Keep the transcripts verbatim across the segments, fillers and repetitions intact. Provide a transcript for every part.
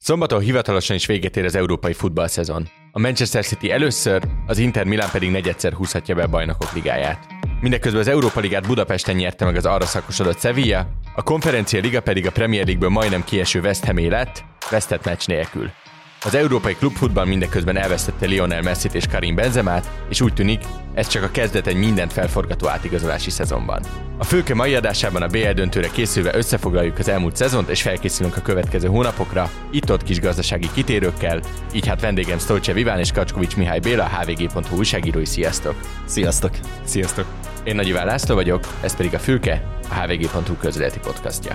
Szombaton hivatalosan is véget ér az európai futballszezon. A Manchester City először, az Inter Milán pedig negyedszer húzhatja be a Bajnokok Ligáját. Mindeközben az Európa Ligát Budapesten nyerte meg az arra szakosodott Sevilla, a Konferencia Liga pedig a Premier League-ből majdnem kieső West Hamé lett, vesztett meccs nélkül. Az európai klubfutball mindeközben elvesztette Lionel Messit és Karim Benzemát, és úgy tűnik, ez csak a kezdet egy mindent felforgató átigazolási szezonban. A Fülke mai adásában a bé el döntőre készülve összefoglaljuk az elmúlt szezont, és felkészülünk a következő hónapokra, itt-ott kis gazdasági kitérőkkel, így hát vendégem Stolcsev Iván és Kacskovics Mihály Béla, a há vé gé pont hú újságírói. Sziasztok! Sziasztok! Sziasztok! Én Nagy Iván László vagyok, ez pedig a Fülke, a há vé gé pont hú közéleti podcastja.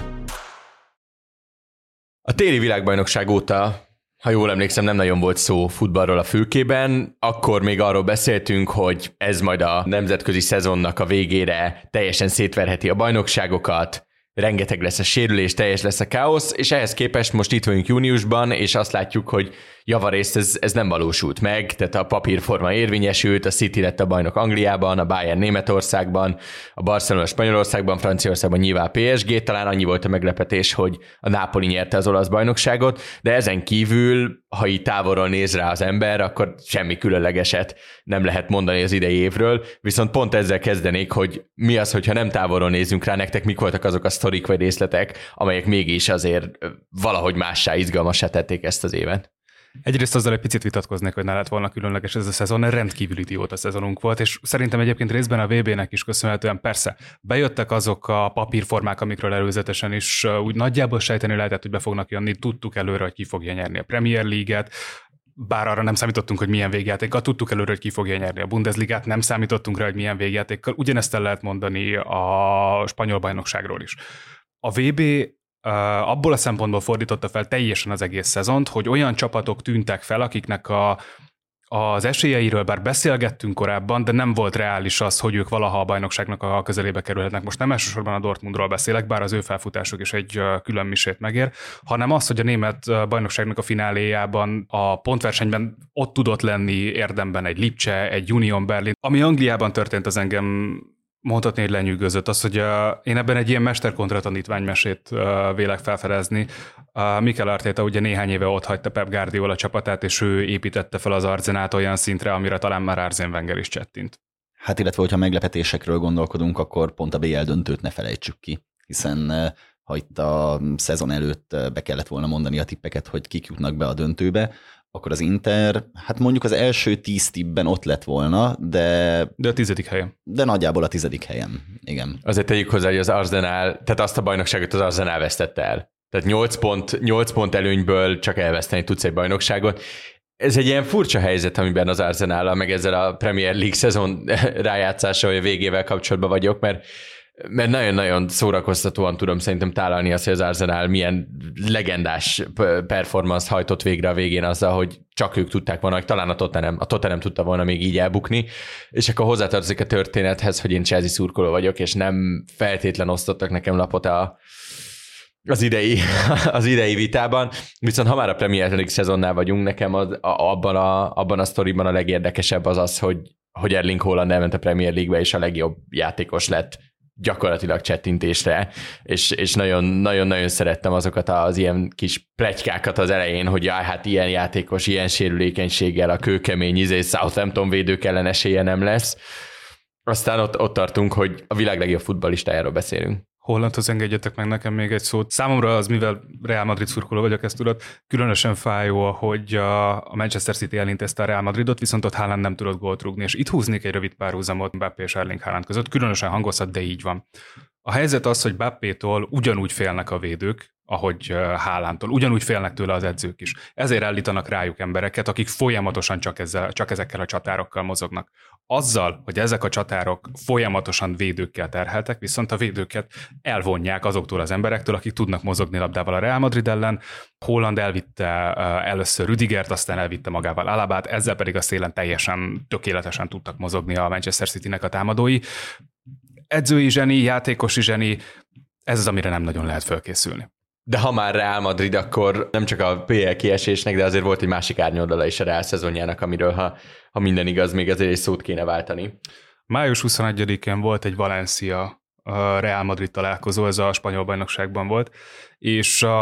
A téli világbajnokság óta, ha jól emlékszem, nem nagyon volt szó futballról a Fülkében, akkor még arról beszéltünk, hogy ez majd a nemzetközi szezonnak a végére teljesen szétverheti a bajnokságokat, rengeteg lesz a sérülés, teljes lesz a káosz, és ehhez képest most itt vagyunk júniusban, és azt látjuk, hogy javarészt ez, ez nem valósult meg, tehát a papírforma érvényesült, a City lett a bajnok Angliában, a Bayern Németországban, a Barcelona Spanyolországban, Franciaországban nyilván a pé es gé, talán annyi volt a meglepetés, hogy a Napoli nyerte az olasz bajnokságot, de ezen kívül, ha így távolról néz rá az ember, akkor semmi különlegeset nem lehet mondani az idei évről, viszont pont ezzel kezdenék, hogy mi az, hogyha nem távolról nézünk rá, nektek mik voltak azok a sztorik vagy részletek, amelyek mégis azért valahogy mássá, izgalmassá tették ezt az évet. Egyrészt azzal egy picit vitatkoznék, hogy ne lett volna különleges ez a szezon, rendkívül idióta szezonunk volt, és szerintem egyébként részben a vé bének is köszönhetően persze bejöttek azok a papírformák, amikről előzetesen is úgy nagyjából sejteni lehetett, hogy be fognak jönni, tudtuk előre, hogy ki fogja nyerni a Premier League-et, bár arra nem számítottunk, hogy milyen végjátékkal, tudtuk előre, hogy ki fogja nyerni a Bundesligát, nem számítottunk rá, hogy milyen végjátékkal, ugyanezt el lehet mondani a spanyol bajnokságról is. A vé bé Uh, abból a szempontból fordította fel teljesen az egész szezont, hogy olyan csapatok tűntek fel, akiknek a, az esélyeiről bár beszélgettünk korábban, de nem volt reális az, hogy ők valaha a bajnokságnak a közelébe kerülhetnek. Most nem elsősorban a Dortmundról beszélek, bár az ő felfutásuk is egy külön misét megér, hanem az, hogy a német bajnokságnak a fináléjában a pontversenyben ott tudott lenni érdemben egy Lipcse, egy Union Berlin. Ami Angliában történt, az engem mondhatni, hogy lenyűgözött. Az, hogy uh, én ebben egy ilyen mesterkontra tanítványmesét uh, vélek felfedezni. Uh, Mikel Arteta ugye néhány éve ott hagyta Pep Guardiola csapatát, és ő építette fel az Arzenát olyan szintre, amire talán már Arsene Wenger is csettint. Hát illetve, hogyha meglepetésekről gondolkodunk, akkor pont a bé el döntőt ne felejtsük ki, hiszen uh, ha itt a szezon előtt uh, be kellett volna mondani a tippeket, hogy kik jutnak be a döntőbe, akkor az Inter, hát mondjuk az első tíz tippben ott lett volna, de... De a tizedik helyen. De nagyjából a tizedik helyen, igen. Azért tegyük hozzá, hogy az Arsenal, tehát azt a bajnokságot az Arsenal vesztette el. Tehát nyolc pont, nyolc pont előnyből csak elveszteni tudsz egy bajnokságot. Ez egy ilyen furcsa helyzet, amiben az Arsenal, meg ezzel a Premier League szezon rájátszása, vagy a végével kapcsolatban vagyok, mert mert nagyon-nagyon szórakoztatóan tudom szerintem tálalni azt, hogy az Arsenal milyen legendás performance hajtott végre a végén azzal, hogy csak ők tudták volna, hogy talán a Tottenham, a Tottenham tudta volna még így elbukni, és akkor hozzátartozik a történethez, hogy én Chelsea szurkoló vagyok, és nem feltétlen osztottak nekem lapot a, az, idei, az idei vitában, viszont ha már a Premier League szezonnál vagyunk, nekem az, a, abban, a, abban a sztoriban a legérdekesebb az az, hogy, hogy Erling Haaland elment a Premier League-be, és a legjobb játékos lett gyakorlatilag csettintésre, és, és nagyon, nagyon-nagyon szerettem azokat az ilyen kis pletykákat az elején, hogy jaj, hát ilyen játékos, ilyen sérülékenységgel a kőkemény izé Southampton védők ellen esélye nem lesz. Aztán ott, ott tartunk, hogy a világ legjobb futballistájáról beszélünk. Hollandhoz engedjetek meg nekem még egy szót. Számomra az, mivel Real Madrid szurkoló vagyok, ezt tudod, különösen fájó, hogy a Manchester City elintézte a Real Madridot, viszont ott Haaland nem tudott gólt rúgni, és itt húznék egy rövid párhuzamot Mbappé és Erling Haaland között, különösen hangozhat, de így van. A helyzet az, hogy Mbappétól ugyanúgy félnek a védők, ahogy Haalandtól, ugyanúgy félnek tőle az edzők is. Ezért állítanak rájuk embereket, akik folyamatosan csak, ezzel, csak ezekkel a csatárokkal mozognak. Azzal, hogy ezek a csatárok folyamatosan védőkkel terheltek, viszont a védőket elvonják azoktól az emberektől, akik tudnak mozogni labdával a Real Madrid ellen. Haaland elvitte először Rüdigert, aztán elvitte magával Alabát, ezzel pedig a szélen teljesen tökéletesen tudtak mozogni a Manchester Citynek a támadói. Edzői zseni, játékosi zseni, ez az, amire nem nagyon lehet felkészülni. De ha már Real Madrid, akkor nem csak a pé el kiesésnek, de azért volt egy másik árnyoldala is a Real szezonjának, amiről ha, ha minden igaz, még azért egy szót kéne váltani. május huszonegyedikén volt egy Valencia Real Madrid találkozó, ez a spanyol bajnokságban volt, és a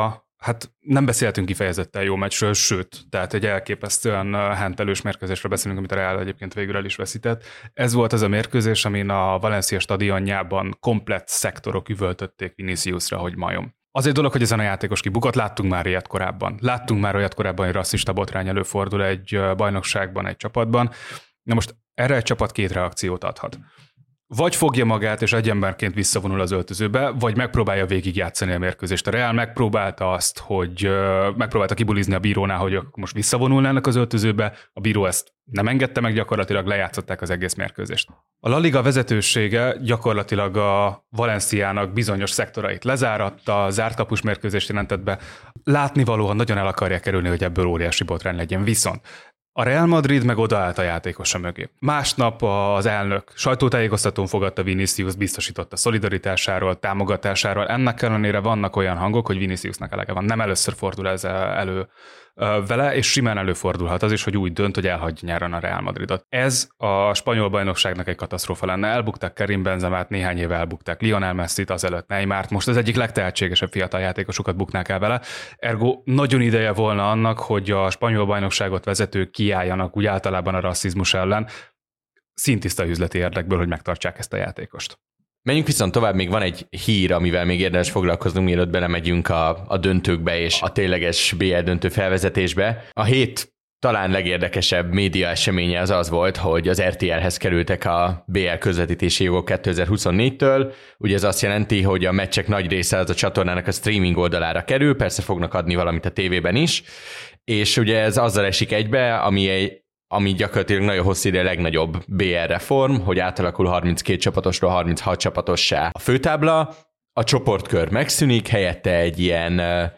Hát nem beszéltünk kifejezetten jó meccsről, sőt, tehát egy elképesztően hentelős mérkőzésről beszélünk, amit a Real egyébként végül el is veszített. Ez volt az a mérkőzés, amin a Valencia stadionjában komplett szektorok üvöltötték Viniciusra, hogy majom. Az egy dolog, hogy ezen a játékos kibukott, láttunk már ilyet korábban. Láttunk már olyat korábban, hogy rasszista botrány előfordul egy bajnokságban, egy csapatban. Na most erre egy csapat két reakciót adhat. Vagy fogja magát, és egy emberként visszavonul az öltözőbe, vagy megpróbálja végigjátszani a mérkőzést. A Real megpróbálta azt, hogy megpróbálta kibulizni a bírónál, hogy ők most visszavonulnának az öltözőbe, a bíró ezt nem engedte meg, gyakorlatilag lejátszották az egész mérkőzést. A La Liga vezetősége gyakorlatilag a Valenciának bizonyos szektorait lezáratta, zárt kapus mérkőzést jelentett be. Látnivalóan nagyon el akarják kerülni, hogy ebből óriási botrány legyen. Viszont a Real Madrid meg odaállt a játékosa mögé. Másnap az elnök sajtótájékoztatón fogadta Vinicius, biztosította szolidaritásáról, támogatásáról. Ennek ellenére vannak olyan hangok, hogy Viniciusnak elege van. Nem először fordul ez elő vele, és simán előfordulhat az is, hogy úgy dönt, hogy elhagyja nyáron a Real Madridot. Ez a spanyol bajnokságnak egy katasztrófa lenne. Elbukták Karim Benzemát, néhány éve elbukták Lionel Messit, azelőtt Neymart, most az egyik legtehetségesebb fiatal játékosokat buknák el vele. Ergo nagyon ideje volna annak, hogy a spanyol bajnokságot vezetők kiálljanak úgy általában a rasszizmus ellen, szintiszta üzleti érdekből, hogy megtartsák ezt a játékost. Menjünk viszont tovább, még van egy hír, amivel még érdemes foglalkoznunk, mielőtt belemegyünk a, a döntőkbe és a tényleges bé el döntő felvezetésbe. A hét talán legérdekesebb média eseménye az az volt, hogy az er té el-hez kerültek a bé el közvetítési jogok kétezer-huszonnégytől. Ugye ez azt jelenti, hogy a meccsek nagy része az a csatornának a streaming oldalára kerül, persze fognak adni valamit a tévében is, és ugye ez azzal esik egybe, ami egy ami gyakorlatilag nagyon hosszú ide a legnagyobb bé el reform, hogy átalakul harminckét csapatosról harminchat csapatossá a főtábla, a csoportkör megszűnik, helyette egy ilyen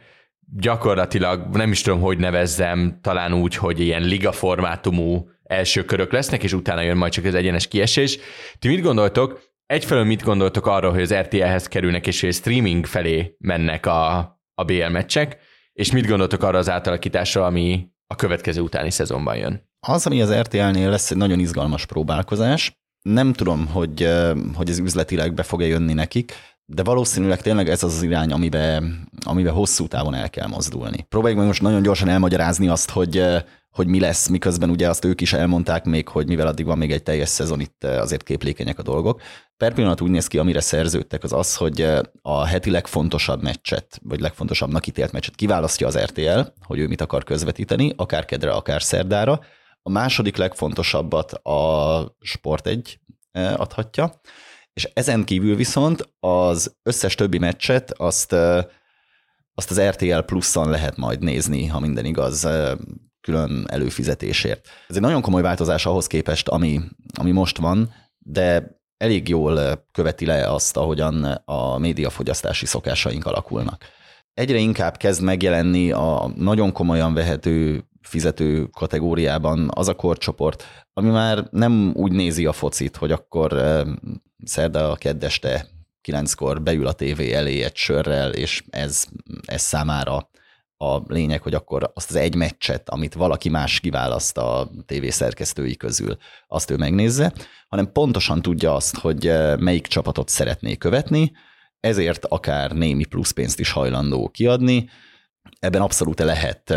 gyakorlatilag, nem is tudom, hogy nevezzem, talán úgy, hogy ilyen liga formátumú első körök lesznek, és utána jön majd csak az egyenes kiesés. Ti mit gondoltok? Egyfelől mit gondoltok arról, hogy az er té el-hez kerülnek, és hogy streaming felé mennek a, a bé el meccsek, és mit gondoltok arra az átalakításra, ami a következő utáni szezonban jön? Az, ami az er té el-nél lesz egy nagyon izgalmas próbálkozás. Nem tudom, hogy, hogy ez üzletileg be fog-e jönni nekik, de valószínűleg tényleg ez az az irány, amiben, amiben hosszú távon el kell mozdulni. Próbáljuk meg most nagyon gyorsan elmagyarázni azt, hogy, hogy mi lesz, miközben ugye azt ők is elmondták még, hogy mivel addig van még egy teljes szezon, itt azért képlékenyek a dolgok. Per pillanat úgy néz ki, amire szerződtek, az az, hogy a heti legfontosabb meccset, vagy legfontosabbnak ítélt meccset kiválasztja az er té el, hogy ő mit akar közvetíteni, akár kedre, akár szerdára. A második legfontosabbat a Sport egy adhatja, és ezen kívül viszont az összes többi meccset azt, azt az er té el pluszon lehet majd nézni, ha minden igaz, külön előfizetésért. Ez egy nagyon komoly változás ahhoz képest, ami, ami most van, de elég jól követi le azt, ahogyan a médiafogyasztási szokásaink alakulnak. Egyre inkább kezd megjelenni a nagyon komolyan vehető fizető kategóriában az a korcsoport, ami már nem úgy nézi a focit, hogy akkor szerda, kedd este kilenckor beül a tévé elé egy sörrel, és ez, ez számára a lényeg, hogy akkor azt az egy meccset, amit valaki más kiválaszt a tévé szerkesztői közül, azt ő megnézze, hanem pontosan tudja azt, hogy melyik csapatot szeretné követni, ezért akár némi pluszpénzt is hajlandó kiadni. Ebben abszolút lehet,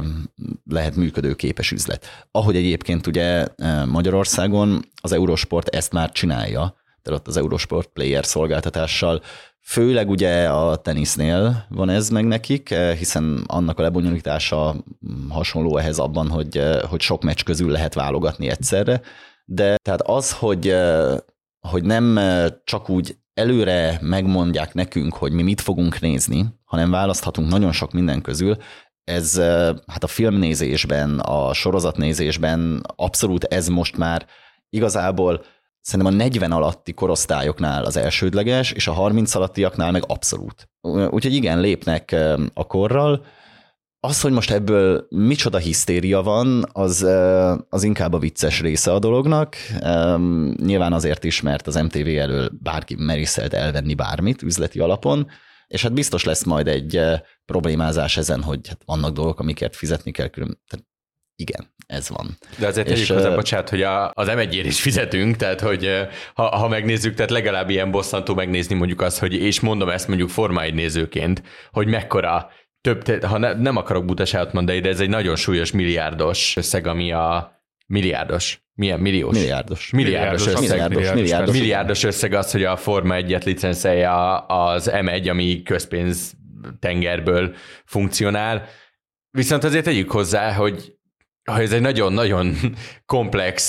lehet működőképes üzlet. Ahogy egyébként ugye Magyarországon az Eurosport ezt már csinálja, tehát ott az Eurosport Player szolgáltatással, főleg ugye a tenisznél van ez meg nekik, hiszen annak a lebonyolítása hasonló ehhez abban, hogy, hogy sok meccs közül lehet válogatni egyszerre, de tehát az, hogy, hogy nem csak úgy előre megmondják nekünk, hogy mi mit fogunk nézni, hanem választhatunk nagyon sok minden közül, ez hát a filmnézésben, a sorozatnézésben abszolút ez most már igazából szerintem a negyven alatti korosztályoknál az elsődleges, és a harminc alattiaknál meg abszolút. Úgyhogy igen, lépnek a korral. Az, hogy most ebből micsoda hisztéria van, az, az inkább a vicces része a dolognak. Nyilván azért is, mert az em té vé elől bárki merészelt elvenni bármit üzleti alapon, és hát biztos lesz majd egy problémázás ezen, hogy hát vannak dolgok, amiket fizetni kell külön. Tehát igen, ez van. De azért tegyük hozzá, bocsánat, hogy a, az em egyért is fizetünk, tehát hogy ha, ha megnézzük, tehát legalább ilyen bosszantó megnézni mondjuk azt, hogy, és mondom ezt mondjuk Forma egy nézőként, hogy mekkora több, ha ne, nem akarok butaságot mondani, de ez egy nagyon súlyos milliárdos összeg, ami a milliárdos. Milyen? Milliós? Milliárdos. Milliárdos összeg. Milliárdos, milliárdos, milliárdos, milliárdos összeg az, hogy a Forma egyet licenszelje az em egy, ami közpénz tengerből funkcionál. Viszont azért tegyük hozzá, hogy, hogy ez egy nagyon-nagyon komplex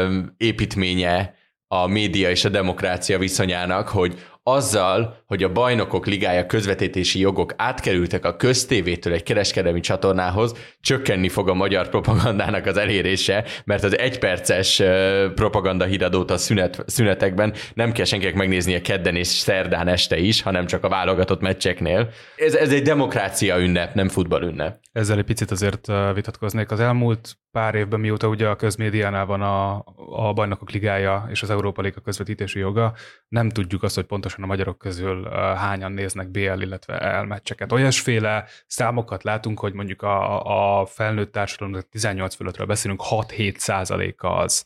építménye a média és a demokrácia viszonyának, hogy azzal, hogy a Bajnokok Ligája közvetítési jogok átkerültek a köztévétől egy kereskedelmi csatornához, csökkenni fog a magyar propagandának az elérése, mert az egyperces propaganda híradót a szünet, szünetekben nem kell senkinek megnéznie kedden és szerdán este is, hanem csak a válogatott meccseknél. Ez, ez egy demokrácia ünnep, nem futball ünnep. Ezzel egy picit azért vitatkoznék. Az elmúlt pár évben, mióta ugye a közmédiánál van a, a Bajnokok Ligája és az Európa Liga közvetítési joga, nem tudjuk azt, hogy pontosan a magyarok közül hányan néznek bé el, illetve el meccseket. Olyasféle számokat látunk, hogy mondjuk a, a felnőtt társadalomnak tizennyolc fölöttről beszélünk, hat-hét százaléka az,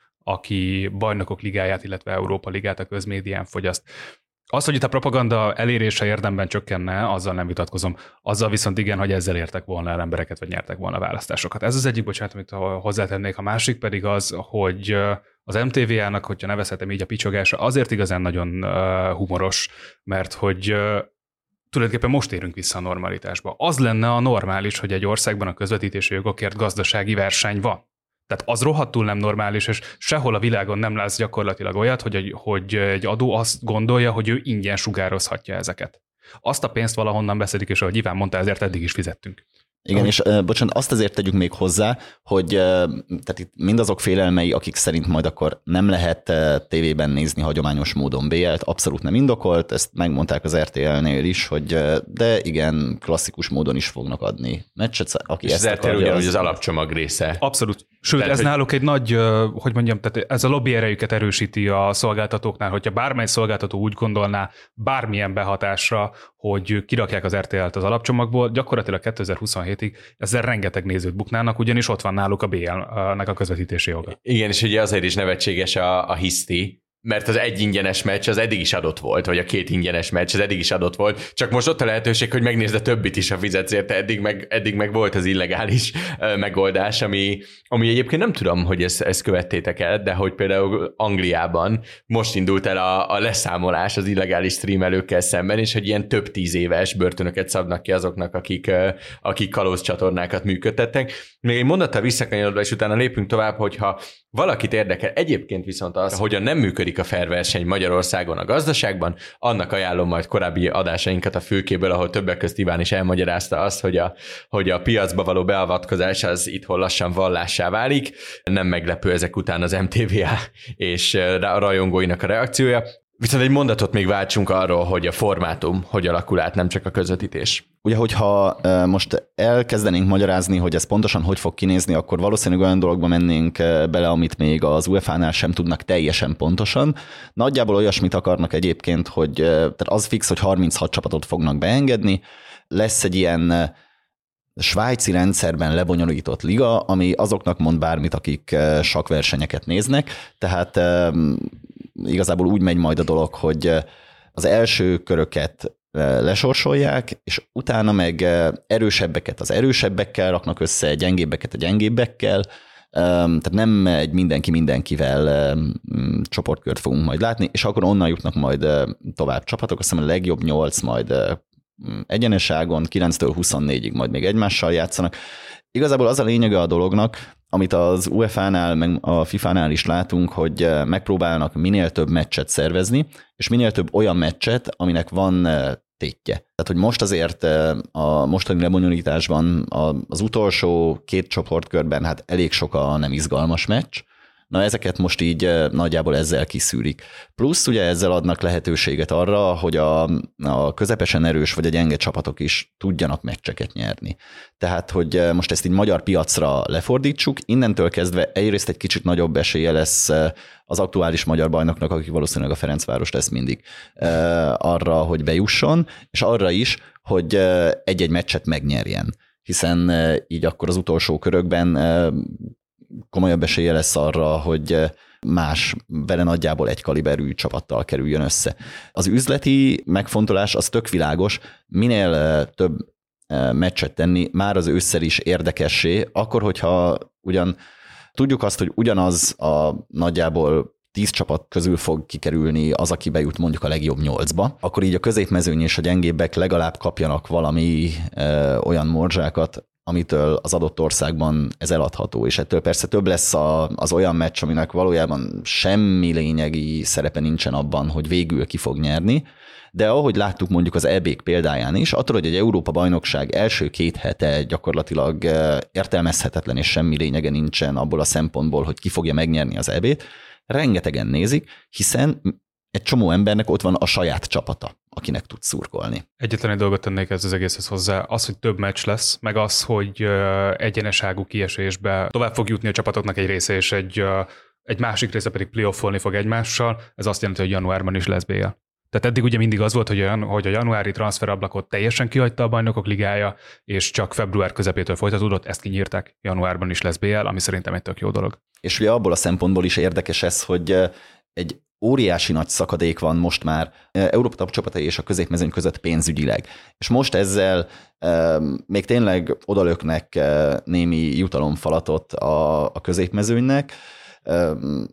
aki Bajnokok Ligáját, illetve Európa Ligát a közmédián fogyaszt. Az, hogy itt a propaganda elérése érdemben csökkenne, azzal nem vitatkozom. Azzal viszont igen, hogy ezzel értek volna el embereket, vagy nyertek volna választásokat. Ez az egyik, bocsánat, amit hozzátennék. A másik pedig az, hogy az em té vé á-nak, hogyha nevezhetem így, a picsogása azért igazán nagyon humoros, mert hogy tulajdonképpen most érünk vissza a normalitásba. Az lenne a normális, hogy egy országban a közvetítési jogokért gazdasági verseny van. Tehát az rohadtul nem normális, és sehol a világon nem látsz gyakorlatilag olyat, hogy egy, hogy egy adó azt gondolja, hogy ő ingyen sugározhatja ezeket. Azt a pénzt valahonnan beszedik, és ahogy Iván mondta, ezért eddig is fizettünk. Igen, oh. és uh, bocsánat, azt azért tegyük még hozzá, hogy uh, tehát itt mindazok félelmei, akik szerint majd akkor nem lehet uh, tévében nézni hagyományos módon bé el-t, abszolút nem indokolt, ezt megmondták az er té el-nél is, hogy uh, de igen, klasszikus módon is fognak adni meccset, aki és ezt az er té el ugyanúgy az... az alapcsomag része. Abszolút. Sőt, tehát, ez hogy... náluk egy nagy, hogy mondjam, tehát ez a lobby erejüket erősíti a szolgáltatóknál, hogyha bármely szolgáltató úgy gondolná bármilyen behatásra, hogy kirakják az er té el-t az alapcsomagból, gyakorlatilag kétezer-huszonhétig ezzel rengeteg nézőt buknának, ugyanis ott van náluk a bé el-nek a közvetítési joga. Igen, és ugye azért is nevetséges a, a hiszti, mert az egy ingyenes meccs az eddig is adott volt, vagy a két ingyenes meccs az eddig is adott volt, csak most ott a lehetőség, hogy megnézd a többit is, a fizetsz érte, eddig meg, eddig meg volt az illegális megoldás, ami, ami egyébként nem tudom, hogy ezt, ezt követtétek el, de hogy például Angliában most indult el a, a leszámolás az illegális streamelőkkel szemben, és hogy ilyen több tíz éves börtönöket szabnak ki azoknak, akik, akik kalózcsatornákat működtettek. Még egy mondattal visszakanyarodva, és utána lépünk tovább, hogyha valakit érdekel, egyébként viszont az, hogyan nem működik a fair verseny Magyarországon a gazdaságban, annak ajánlom majd korábbi adásainkat a Fülkéből, ahol többek közt Iván is elmagyarázta azt, hogy a, hogy a piacba való beavatkozás az itthon lassan vallássá válik. Nem meglepő ezek után az em té vé á és a rajongóinak a reakciója. Viszont egy mondatot még váltsunk arról, hogy a formátum hogy alakul át, nem csak a közvetítés. Ugye, hogyha most elkezdenénk magyarázni, hogy ez pontosan hogy fog kinézni, akkor valószínűleg olyan dologba mennénk bele, amit még az u ef á-nál sem tudnak teljesen pontosan. Nagyjából olyasmit akarnak egyébként, hogy tehát az fix, hogy harminchat csapatot fognak beengedni, lesz egy ilyen svájci rendszerben lebonyolított liga, ami azoknak mond bármit, akik sakkversenyeket néznek, tehát igazából úgy megy majd a dolog, hogy az első köröket lesorsolják, és utána meg erősebbeket az erősebbekkel raknak össze, gyengébbeket a gyengébbekkel, tehát nem egy mindenki mindenkivel csoportkört fogunk majd látni, és akkor onnan jutnak majd tovább csapatok, azt hiszem a legjobb nyolc majd egyeneságon, kilenctől huszonnégyig majd még egymással játszanak. Igazából az a lényege a dolognak, amit az u ef á-nál, meg a fifánál is látunk, hogy megpróbálnak minél több meccset szervezni, és minél több olyan meccset, aminek van tétje. Tehát, hogy most azért a mostani lebonyolításban az utolsó két csoportkörben hát elég sok a nem izgalmas meccs, na ezeket most így nagyjából ezzel kiszűrik. Plusz ugye ezzel adnak lehetőséget arra, hogy a, a közepesen erős vagy a gyenge csapatok is tudjanak meccseket nyerni. Tehát, hogy most ezt így magyar piacra lefordítsuk, innentől kezdve egyrészt egy kicsit nagyobb esélye lesz az aktuális magyar bajnoknak, aki valószínűleg a Ferencváros lesz mindig, arra, hogy bejusson, és arra is, hogy egy-egy meccset megnyerjen. Hiszen így akkor az utolsó körökben komolyabb esélye lesz arra, hogy más, vele nagyjából egy kaliberű csapattal kerüljön össze. Az üzleti megfontolás az tök világos, minél több meccset tenni már az ősszel is érdekessé, akkor, hogyha ugyan tudjuk azt, hogy ugyanaz a nagyjából tíz csapat közül fog kikerülni az, aki bejut mondjuk a legjobb nyolcba, akkor így a középmezőny és a gyengébbek legalább kapjanak valami ö, olyan morzsákat, amitől az adott országban ez eladható, és ettől persze több lesz a, az olyan meccs, aminek valójában semmi lényegi szerepe nincsen abban, hogy végül ki fog nyerni, de ahogy láttuk mondjuk az é bék példáján is, attól, hogy egy Európa-bajnokság első két hete gyakorlatilag értelmezhetetlen és semmi lényege nincsen abból a szempontból, hogy ki fogja megnyerni az é bét, rengetegen nézik, hiszen egy csomó embernek ott van a saját csapata, akinek tud szurkolni. Egyetlen egy dolgot tennék ez az egészhez hozzá, az, hogy több meccs lesz, meg az, hogy egyeneságú kiesésbe tovább fog jutni a csapatoknak egy része, és egy, egy másik része pedig playoff-olni fog egymással, ez azt jelenti, hogy januárban is lesz bé el. Tehát eddig ugye mindig az volt, hogy a, hogy a januári transferablakot teljesen kihagyta a Bajnokok Ligája, és csak február közepétől folytatódott, ezt kinyírták, januárban is lesz bé el, ami szerintem egy tök jó dolog. És ugye abból a szempontból is érdekes ez, hogy egy óriási nagy szakadék van most már Európa top csapatai és a középmezőny között pénzügyileg. És most ezzel e, még tényleg odalöknek e, némi jutalomfalatot a, a középmezőnynek. E,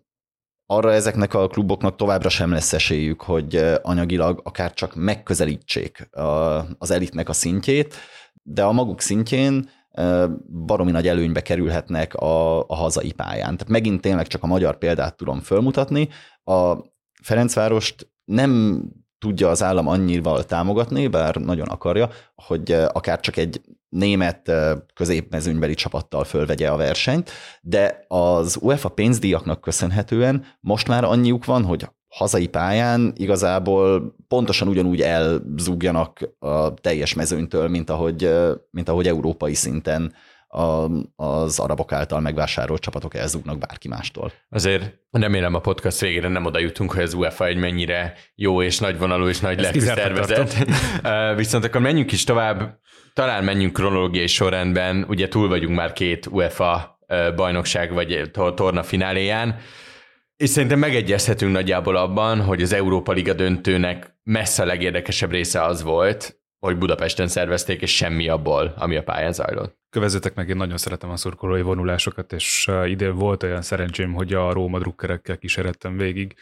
arra ezeknek a kluboknak továbbra sem lesz esélyük, hogy anyagilag akár csak megközelítsék a, az elitnek a szintjét, de a maguk szintjén baromi nagy előnybe kerülhetnek a, a hazai pályán. Tehát megint tényleg csak a magyar példát tudom fölmutatni. A Ferencvárost nem tudja az állam annyival támogatni, bár nagyon akarja, hogy akár csak egy német középmezőnybeli csapattal fölvegye a versenyt, de az UEFA pénzdíjaknak köszönhetően most már annyiuk van, hogy hazai pályán igazából pontosan ugyanúgy elzúgjanak a teljes mezőnytől, mint ahogy, mint ahogy európai szinten a, az arabok által megvásárolt csapatok elzúgnak bárki mástól. Azért remélem a podcast végére nem oda jutunk, hogy az UEFA egy mennyire jó és nagyvonalú és nagy lelkű szervezet. Viszont akkor menjünk is tovább, talán menjünk kronológiai sorrendben, ugye túl vagyunk már két UEFA bajnokság vagy torna fináléján, és szerintem megegyezhetünk nagyjából abban, hogy az Európa Liga döntőnek messze a legérdekesebb része az volt, hogy Budapesten szervezték, és semmi abból, ami a pályán zajlott. Kövezzetek meg, én nagyon szeretem a szurkolói vonulásokat, és idén volt olyan szerencsém, hogy a Róma drukkerekkel kísérettem végig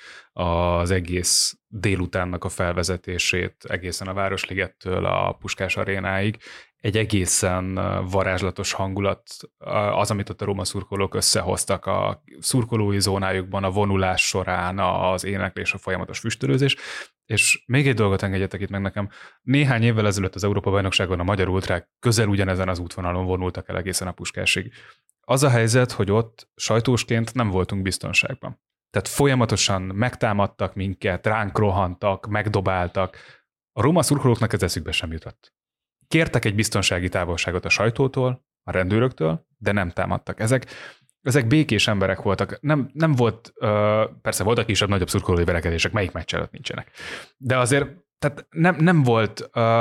az egész délutánnak a felvezetését, egészen a Városligettől a Puskás arénáig. Egy egészen varázslatos hangulat az, amit ott a Róma szurkolók összehoztak a szurkolói zónájukban, a vonulás során, az éneklés, a folyamatos füstölőzés. És még egy dolgot engedjetek itt meg nekem. Néhány évvel ezelőtt az Európa-bajnokságon a magyar ultrák közel ugyanezen az útvonalon vonultak el egészen a Puskásig. Az a helyzet, hogy ott sajtósként nem voltunk biztonságban. Tehát folyamatosan megtámadtak minket, ránk rohantak, megdobáltak. A Róma szurkolóknak ez eszükbe sem jutott. Kértek egy biztonsági távolságot a sajtótól, a rendőröktől, de nem támadtak. Ezek, ezek békés emberek voltak. Nem, nem volt, uh, persze voltak kisebb-nagyobb szurkolói verekedések, melyik meccs előtt nincsenek. De azért tehát nem, nem volt, uh,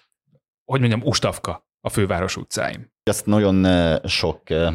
hogy mondjam, ustafka a főváros utcáin. Ezt nagyon sok uh,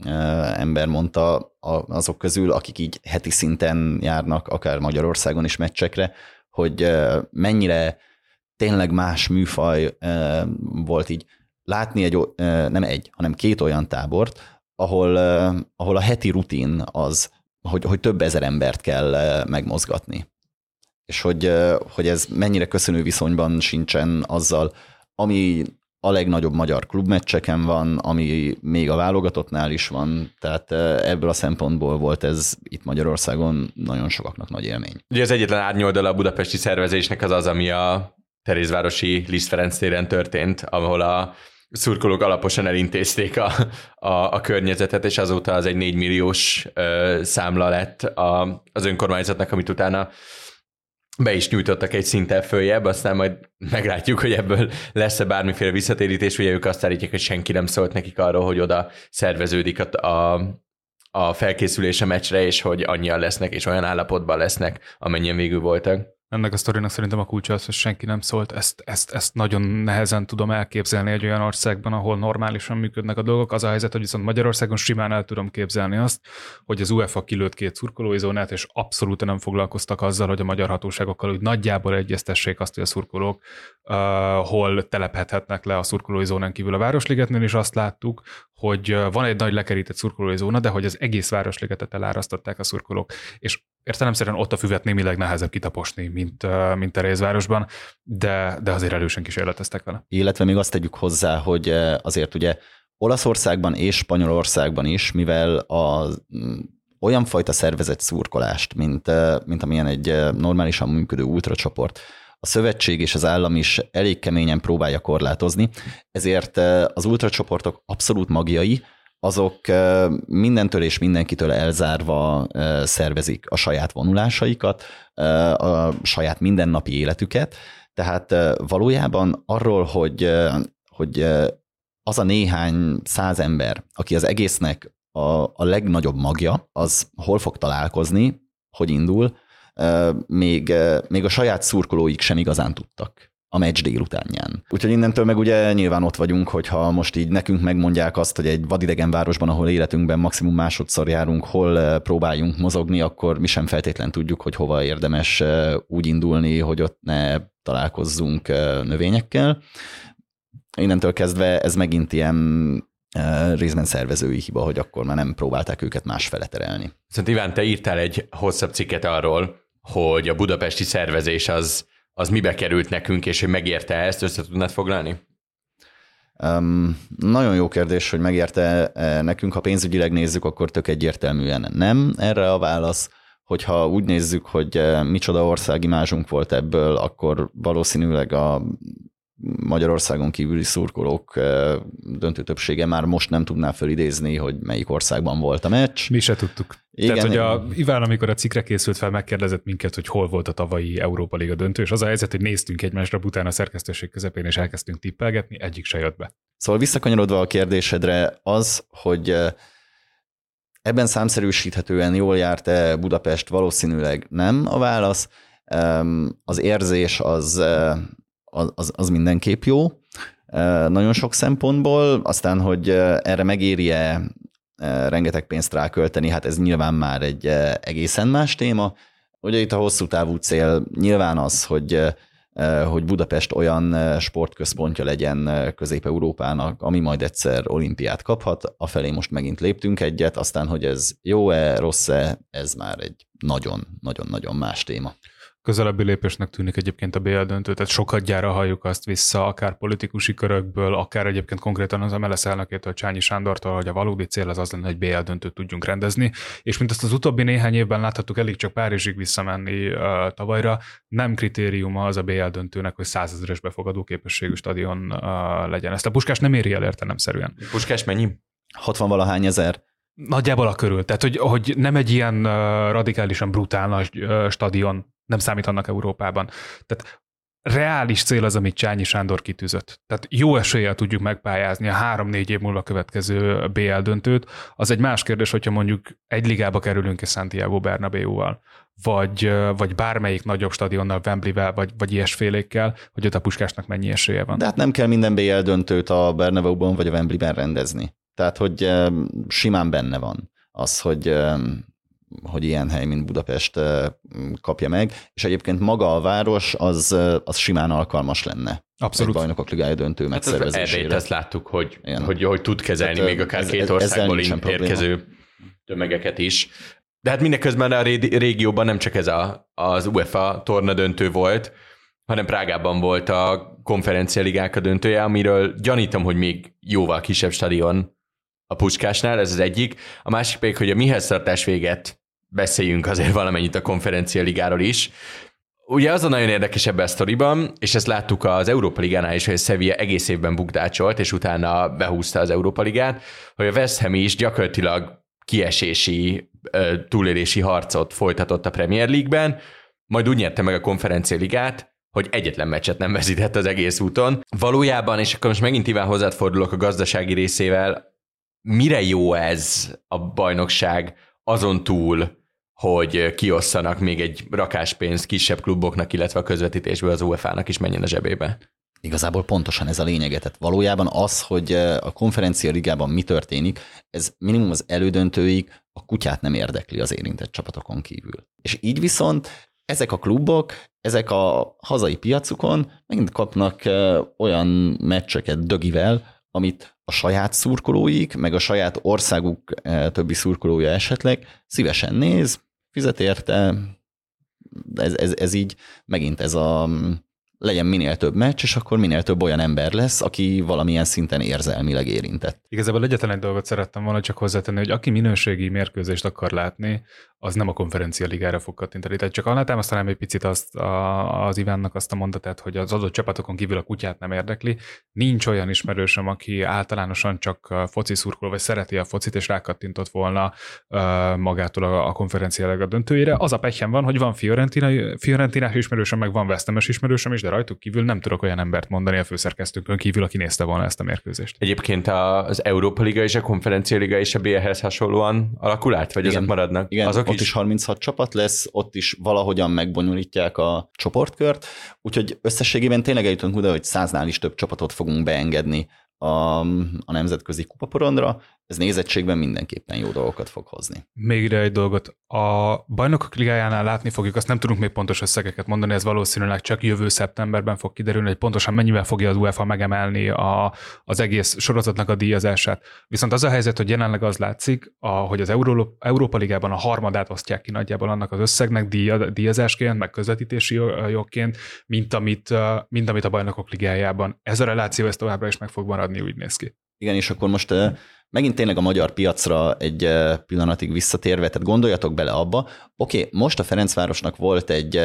ember mondta azok közül, akik így heti szinten járnak, akár Magyarországon is meccsekre, hogy uh, mennyire tényleg más műfaj uh, volt így látni egy, uh, nem egy, hanem két olyan tábort, ahol, uh, ahol a heti rutin az, hogy, hogy több ezer embert kell uh, megmozgatni. És hogy, uh, hogy ez mennyire köszönő viszonyban sincsen azzal, ami a legnagyobb magyar klubmeccseken van, ami még a válogatottnál is van, tehát uh, ebből a szempontból volt ez itt Magyarországon nagyon sokaknak nagy élmény. Ugye az egyetlen árnyoldala a budapesti szervezésnek az az, ami a Terézvárosi Liszt Ferenc téren történt, ahol a szurkolók alaposan elintézték a, a, a környezetet, és azóta az egy négy milliós ö, számla lett a, az önkormányzatnak, amit utána be is nyújtottak egy szinttel följebb, aztán majd meglátjuk, hogy ebből lesz-e bármiféle visszatérítés, ugye ők azt állítják, hogy senki nem szólt nekik arról, hogy oda szerveződik a, a, a felkészülés a meccsre, és hogy annyian lesznek, és olyan állapotban lesznek, amennyien végül voltak. Ennek a sztorinak szerintem a kulcsa az, hogy senki nem szólt. Ezt, ezt, ezt nagyon nehezen tudom elképzelni egy olyan országban, ahol normálisan működnek a dolgok. Az a helyzet, hogy viszont Magyarországon simán el tudom képzelni azt, hogy az UEFA kilőtt két szurkolói zónát, és abszolút nem foglalkoztak azzal, hogy a magyar hatóságokkal úgy nagyjából egyeztessék azt, hogy a szurkolók uh, hol telepedhetnek le a szurkolói zónán kívül a Városligetnél, és azt láttuk, hogy van egy nagy lekerített szurkolói zóna, de hogy az egész Városligetet elárasztották a szurkolók. És értelemszerűen ott a füvet némileg nehezebb kitaposni, mint, mint a részvárosban, de, de azért erősen kísérleteztek vele. Illetve még azt tegyük hozzá, hogy azért ugye Olaszországban és Spanyolországban is, mivel a, olyan fajta szervezett szurkolást, mint, mint amilyen egy normálisan működő ultracsoport, a szövetség és az állam is elég keményen próbálja korlátozni, ezért az ultracsoportok abszolút magjai, azok mindentől és mindenkitől elzárva szervezik a saját vonulásaikat, a saját mindennapi életüket, tehát valójában arról, hogy, hogy az a néhány száz ember, aki az egésznek a, a legnagyobb magja, az hol fog találkozni, hogy indul, még, még a saját szurkolóik sem igazán tudtak a meccs délutánján. Úgyhogy innentől meg ugye nyilván ott vagyunk, hogyha most így nekünk megmondják azt, hogy egy vadidegen városban, ahol életünkben maximum másodszor járunk, hol próbáljunk mozogni, akkor mi sem feltétlen tudjuk, hogy hova érdemes úgy indulni, hogy ott ne találkozzunk növényekkel. Innentől kezdve ez megint ilyen részben szervezői hiba, hogy akkor már nem próbálták őket másfele terelni. Szóval Iván, te írtál egy hosszabb cikket arról, hogy a budapesti szervezés az az mibe került nekünk, és hogy megérte ezt, össze tudnád foglalni? Um, nagyon jó kérdés, hogy megérte nekünk. Ha pénzügyileg nézzük, akkor tök egyértelműen nem erre a válasz. Hogyha úgy nézzük, hogy micsoda országimázsunk volt ebből, akkor valószínűleg a Magyarországon kívüli szurkolók döntő többsége már most nem tudná fölidézni, hogy melyik országban volt a meccs. Mi se tudtuk. Igen, Tehát, hogy a, Iván, amikor a cikkre készült fel, megkérdezett minket, hogy hol volt a tavalyi Európa Liga döntő, és az a helyzet, hogy néztünk egymásra bután a szerkesztőség közepén, és elkezdtünk tippelgetni, egyik se jött be. Szóval visszakanyarodva a kérdésedre az, hogy ebben számszerűsíthetően jól járt-e Budapest, valószínűleg nem a válasz. Az érzés az, az, az mindenképp jó, nagyon sok szempontból, aztán, hogy erre megéri-e rengeteg pénzt rákölteni, hát ez nyilván már egy egészen más téma. Ugye itt a hosszú távú cél nyilván az, hogy, hogy Budapest olyan sportközpontja legyen Közép-Európának, ami majd egyszer olimpiát kaphat, afelé most megint léptünk egyet, aztán, hogy ez jó-e, rossz-e, ez már egy nagyon-nagyon-nagyon más téma. Közelebbi lépésnek tűnik egyébként a bé el döntő, tehát sokadjára halljuk azt vissza, akár politikusi körökből, akár egyébként konkrétan az em el es elnökétől, Csányi Sándortól, hogy a valódi cél az az lenne, hogy bé el döntőt tudjunk rendezni, és mint azt az utóbbi néhány évben láthattuk, elég csak Párizsig visszamenni uh, tavalyra, nem kritériuma az a bé el döntőnek, hogy százezeres befogadó képességű stadion uh, legyen. Ezt a Puskás nem éri el értelemszerűen. Puskás mennyi? hatvan-valahány ezer. Nagyjából a körül, tehát hogy, hogy nem egy ilyen uh, radikálisan brutál nagy uh, stadion nem számítanak Európában. Tehát reális cél az, amit Csányi Sándor kitűzött. Tehát jó eséllyel tudjuk megpályázni a három-négy év múlva következő bé el döntőt. Az egy más kérdés, hogyha mondjuk egy ligába kerülünk-e Santiago Bernabéuval, vagy, vagy bármelyik nagyobb stadionnal, Wembleyvel, vagy, vagy ilyesfélékkel, hogy ott a Puskásnak mennyi esélye van. De hát nem kell minden bé el döntőt a Bernabéuban vagy a Wembleyben rendezni. Tehát, hogy simán benne van az, hogy hogy ilyen hely, mint Budapest kapja meg, és egyébként maga a város az, az simán alkalmas lenne. Abszolút. Egy Bajnokok Ligája döntő megszervezésére. Hát ezt láttuk, hogy, hogy, hogy tud kezelni tehát, még akár ez, két országból érkező tömegeket is. De hát mindeközben a régióban nem csak ez a, az UEFA torna döntő volt, hanem Prágában volt a konferencialigák a döntője, amiről gyanítom, hogy még jóval kisebb stadion a Puskásnál, ez az egyik. A másik pedig, hogy a mihez tartás véget beszéljünk azért valamennyit a konferencialigáról is. Ugye az a nagyon érdekes ebben a sztoriban, és ezt láttuk az Európa Ligánál is, hogy a Sevilla egész évben bukdácsolt, és utána behúzta az Európa Ligát, hogy a West Ham is gyakorlatilag kiesési, túlélési harcot folytatott a Premier League-ben, majd úgy nyerte meg a konferencialigát, hogy egyetlen meccset nem veszített az egész úton. Valójában, és akkor most megint Iván hozzád fordulok a gazdasági részével, mire jó ez a bajnokság azon túl, hogy kiosszanak még egy rakáspénzt kisebb kluboknak, illetve a közvetítésből az u ef á-nak is menjen a zsebébe. Igazából pontosan ez a lényege. Tehát valójában az, hogy a konferencia ligában mi történik, ez minimum az elődöntőig a kutyát nem érdekli az érintett csapatokon kívül. És így viszont ezek a klubok, ezek a hazai piacukon megint kapnak olyan meccseket dögivel, amit a saját szurkolóik, meg a saját országuk többi szurkolója esetleg szívesen néz, fizet érte, ez, ez, ez így megint ez a legyen minél több meccs, és akkor minél több olyan ember lesz, aki valamilyen szinten érzelmileg érintett. Igazából egyetlen egy dolgot szerettem volna csak hozzátenni, hogy aki minőségi mérkőzést akar látni, az nem a konferencia ligára fog kattintani. Tehát csak alátámasztanám egy picit azt a, az Ivánnak azt a mondatát, hogy az adott csapatokon kívül a kutyát nem érdekli. Nincs olyan ismerősöm, aki általánosan csak foci szurkoló, vagy szereti a focit, és rákattintott volna uh, magától a, a konferencia liga döntőjére. Az a pehjem van, hogy van Fiorentina, Fiorentinás ismerősöm, meg van West Ham-es ismerősöm is, de rajtuk kívül nem tudok olyan embert mondani a főszerkesztőnkön kívül, aki nézte volna ezt a mérkőzést. Egyébként az Európa Liga és a Konferencia Liga és a bé el-hez hasonlóan alakul át, vagy igen, azok maradnak? Igen, azok ott is? is harminchat csapat lesz, ott is valahogyan megbonyolítják a csoportkört, úgyhogy összességében tényleg eljutunk oda, hogy száznál is több csapatot fogunk beengedni a, a nemzetközi kupaporondra, ez nézettségben mindenképpen jó dolgokat fog hozni. Még ide egy dolgot. A Bajnokok Ligájánál látni fogjuk, azt nem tudunk még pontos összegeket mondani, ez valószínűleg csak jövő szeptemberben fog kiderülni, hogy pontosan mennyivel fogja az UEFA megemelni a, az egész sorozatnak a díjazását. Viszont az a helyzet, hogy jelenleg az látszik, a, hogy az Euró, Európa Ligában a harmadát osztják ki nagyjából annak az összegnek díja, díjazásként, meg közvetítési jogként, mint amit, mint amit a Bajnokok Ligájában. Ez a reláció ez továbbra is meg fog maradni, úgy néz ki. Igen, és akkor most megint tényleg a magyar piacra egy pillanatig visszatérve, tehát gondoljatok bele abba, oké, okay, most a Ferencvárosnak volt egy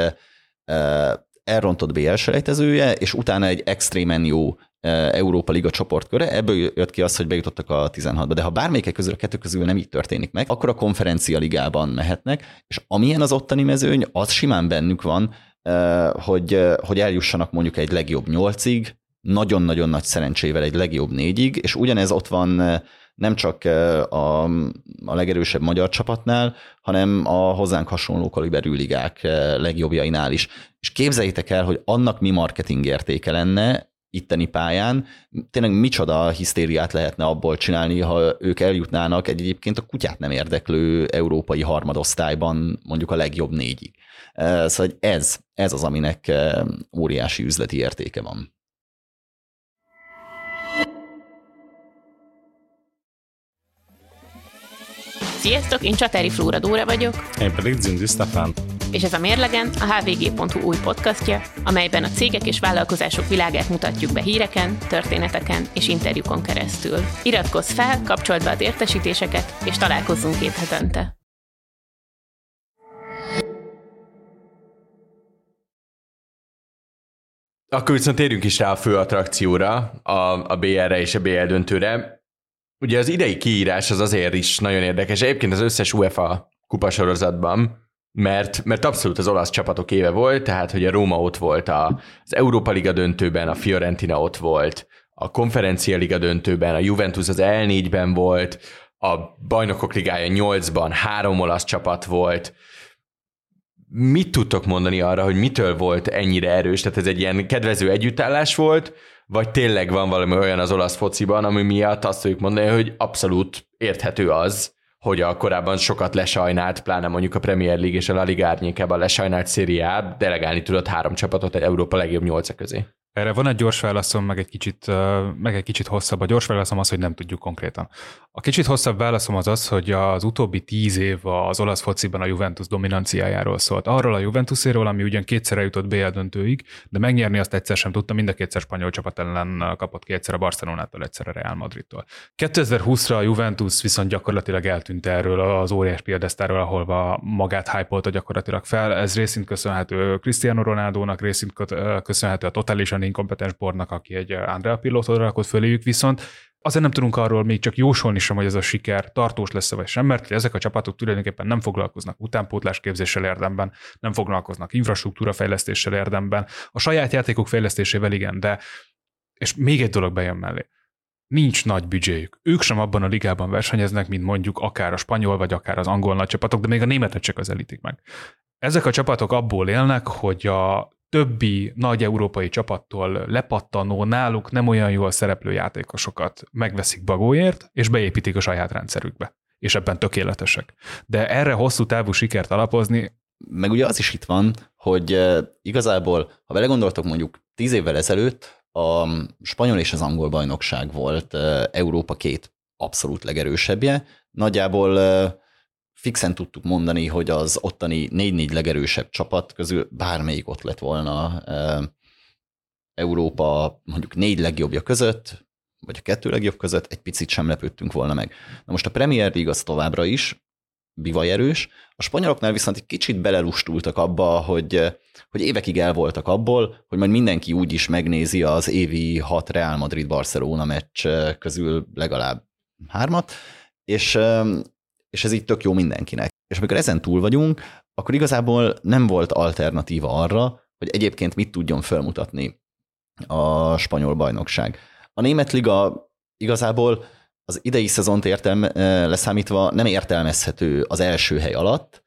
elrontott bé el selejtezője, és utána egy extrémen jó Európa Liga csoportköre, ebből jött ki az, hogy bejutottak a tizenhatba, de ha bármelyik közül a kettő közül nem így történik meg, akkor a Konferencia Ligában mehetnek, és amilyen az ottani mezőny, az simán bennük van, hogy, hogy eljussanak mondjuk egy legjobb nyolcig, nagyon-nagyon nagy szerencsével egy legjobb négyig, és ugyanez ott van nem csak a, a legerősebb magyar csapatnál, hanem a hozzánk hasonló kaliberű ligák legjobbjainál is. És képzeljétek el, hogy annak mi marketing értéke lenne itteni pályán, tényleg micsoda hisztériát lehetne abból csinálni, ha ők eljutnának egy egyébként a kutyát nem érdeklő európai harmadosztályban mondjuk a legjobb négyig. Szóval ez, ez az, aminek óriási üzleti értéke van. Sziasztok, én Csatári Flóra Dóra vagyok. Én pedig Zündi Stefán. És ez a Mérlegen, a há vé gé pont hú új podcastja, amelyben a cégek és vállalkozások világát mutatjuk be híreken, történeteken és interjúkon keresztül. Iratkozz fel, kapcsold be az értesítéseket, és találkozzunk két hetente. Akkor viszont térjünk is rá a fő attrakcióra, a, a bé el-re és a bé el döntőre. Ugye az idei kiírás az azért is nagyon érdekes, egyébként az összes UEFA kupasorozatban, mert, mert abszolút az olasz csapatok éve volt, tehát hogy a Róma ott volt az Európa Liga döntőben, a Fiorentina ott volt, a Konferencia Liga döntőben, a Juventus az el négyben volt, a Bajnokok Ligája nyolcban három olasz csapat volt. Mit tudtok mondani arra, hogy mitől volt ennyire erős? Tehát ez egy ilyen kedvező együttállás volt, vagy tényleg van valami olyan az olasz fociban, ami miatt azt tudjuk mondani, hogy abszolút érthető az, hogy a korábban sokat lesajnált, pláne mondjuk a Premier League és a La Liga árnyékában lesajnált Serie A delegálni tudott három csapatot egy Európa legjobb nyolca közé. Erre van egy gyors válaszom, meg egy kicsit, meg egy kicsit hosszabb. A gyors válaszom az, hogy nem tudjuk konkrétan. A kicsit hosszabb válaszom az az, hogy az utóbbi tíz év az olasz fociban a Juventus dominanciájáról szólt. Arról a Juventuséről, ami ugyan kétszer eljutott bé el döntőig, de megnyerni azt egyszer sem tudta, mind a kétszer spanyol csapat ellen kapott ki, egyszer a Barcelonától, egyszer a Real Madridtól. kétezer-húszra a Juventus viszont gyakorlatilag eltűnt erről az óriás piedesztáról, ahol magát hype-olta gyakorlatilag fel. Ez részint köszönhető Cristiano Ronaldónak, részint köszönhető a totálisan inkompetens Bornak, aki egy Andrea Pirlótól rakott föléjük, viszont azért nem tudunk arról még csak jósolni sem, hogy ez a siker tartós lesz vagy sem, mert ezek a csapatok tulajdonképpen nem foglalkoznak utánpótlásképzéssel érdemben, nem foglalkoznak infrastruktúrafejlesztéssel érdemben, a saját játékok fejlesztésével igen, de és még egy dolog bejön mellé. nincs nagy büdzséjük. Ők sem abban a ligában versenyeznek, mint mondjuk akár a spanyol, vagy akár az angol nagy csapatok, de még a németet se közelítik meg. Ezek a csapatok abból élnek, hogy a többi nagy európai csapattól lepattanó, náluk nem olyan jól szereplő játékosokat megveszik bagóért, és beépítik a saját rendszerükbe. És ebben tökéletesek. De erre hosszú távú sikert alapozni... Meg ugye az is itt van, hogy igazából, ha belegondoltok, mondjuk tíz évvel ezelőtt a spanyol és az angol bajnokság volt Európa két abszolút legerősebbje. Nagyjából fixen tudtuk mondani, hogy az ottani négy-négy legerősebb csapat közül bármelyik ott lett volna Európa mondjuk négy legjobbja között, vagy a kettő legjobb között, egy picit sem lepődtünk volna meg. Na most a Premier League az továbbra is bivajerős, a spanyoloknál viszont egy kicsit belelustultak abba, hogy, hogy évekig el voltak abból, hogy majd mindenki úgy is megnézi az évi hat Real Madrid-Barcelona meccs közül legalább hármat, és, és ez így tök jó mindenkinek. És amikor ezen túl vagyunk, akkor igazából nem volt alternatíva arra, hogy egyébként mit tudjon felmutatni a spanyol bajnokság. A német liga igazából az idei szezont értelm, leszámítva nem értelmezhető az első hely alatt.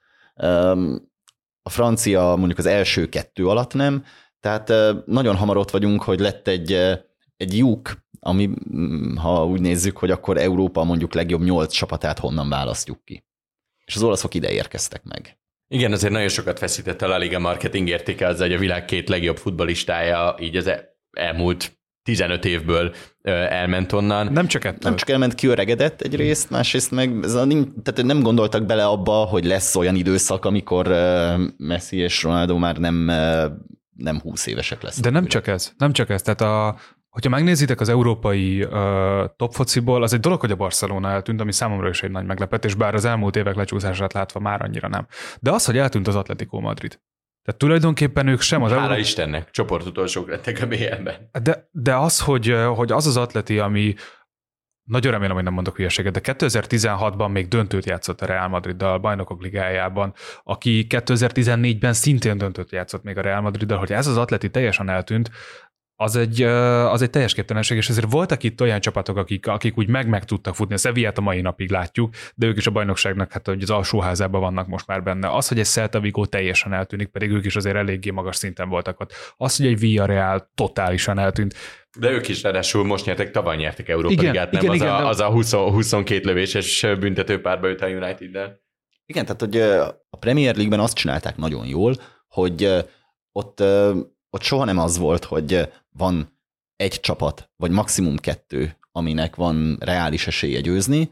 A francia mondjuk az első kettő alatt nem, tehát nagyon hamar ott vagyunk, hogy lett egy, egy lyuk, ami, ha úgy nézzük, hogy akkor Európa mondjuk legjobb nyolc csapatát honnan választjuk ki. És az olaszok ide érkeztek meg. Igen, azért nagyon sokat feszített a La Liga marketing értéke azzal, hogy a világ két legjobb futballistája így az elmúlt tizenöt évből elment onnan. Nem csak ettől. Nem csak elment, kiöregedett egyrészt, másrészt meg ez a, tehát nem gondoltak bele abba, hogy lesz olyan időszak, amikor Messi és Ronaldo már nem, nem húsz évesek lesznek. De nem csak ez. Nem csak ez. Tehát a, hogyha megnézitek az európai uh, top fociból, az egy dolog, hogy a Barcelona eltűnt, ami számomra is egy nagy meglepetés, bár az elmúlt évek lecsúszását látva már annyira nem. De az, hogy eltűnt az Atletico Madrid. Tehát tulajdonképpen ők sem az... Hála Euró... Istennek, csoportutolsók lettek a bé el-ben. De, de az, hogy, hogy az az Atleti, ami nagyon remélem, hogy nem mondok hülyeséget, de kétezer-tizenhatban még döntőt játszott a Real Madriddal a Bajnokok Ligájában, aki kétezer-tizennégyben szintén döntőt játszott még a Real Madriddal, hogy ez az Atleti teljesen eltűnt, az egy, az egy teljes képtelenség, és ezért voltak itt olyan csapatok, akik, akik úgy meg-meg tudtak futni. A Sevillát a mai napig látjuk, de ők is a bajnokságnak hát, hogy az alsóházában vannak most már benne. Az, hogy egy Celta Vigo teljesen eltűnik, pedig ők is azért eléggé magas szinten voltak ott. Az, hogy egy Villarreal totálisan eltűnt. De ők is ráadásul most nyertek, tavaly nyertek Európa igen, Ligát, nem igen, az, igen, a, de... az a húsz, huszonkettő lövéses büntetőpárba jött a United-del. Igen, tehát hogy a Premier League-ben azt csinálták nagyon jól, hogy ott, ott soha nem az volt, hogy van egy csapat, vagy maximum kettő, aminek van reális esélye győzni,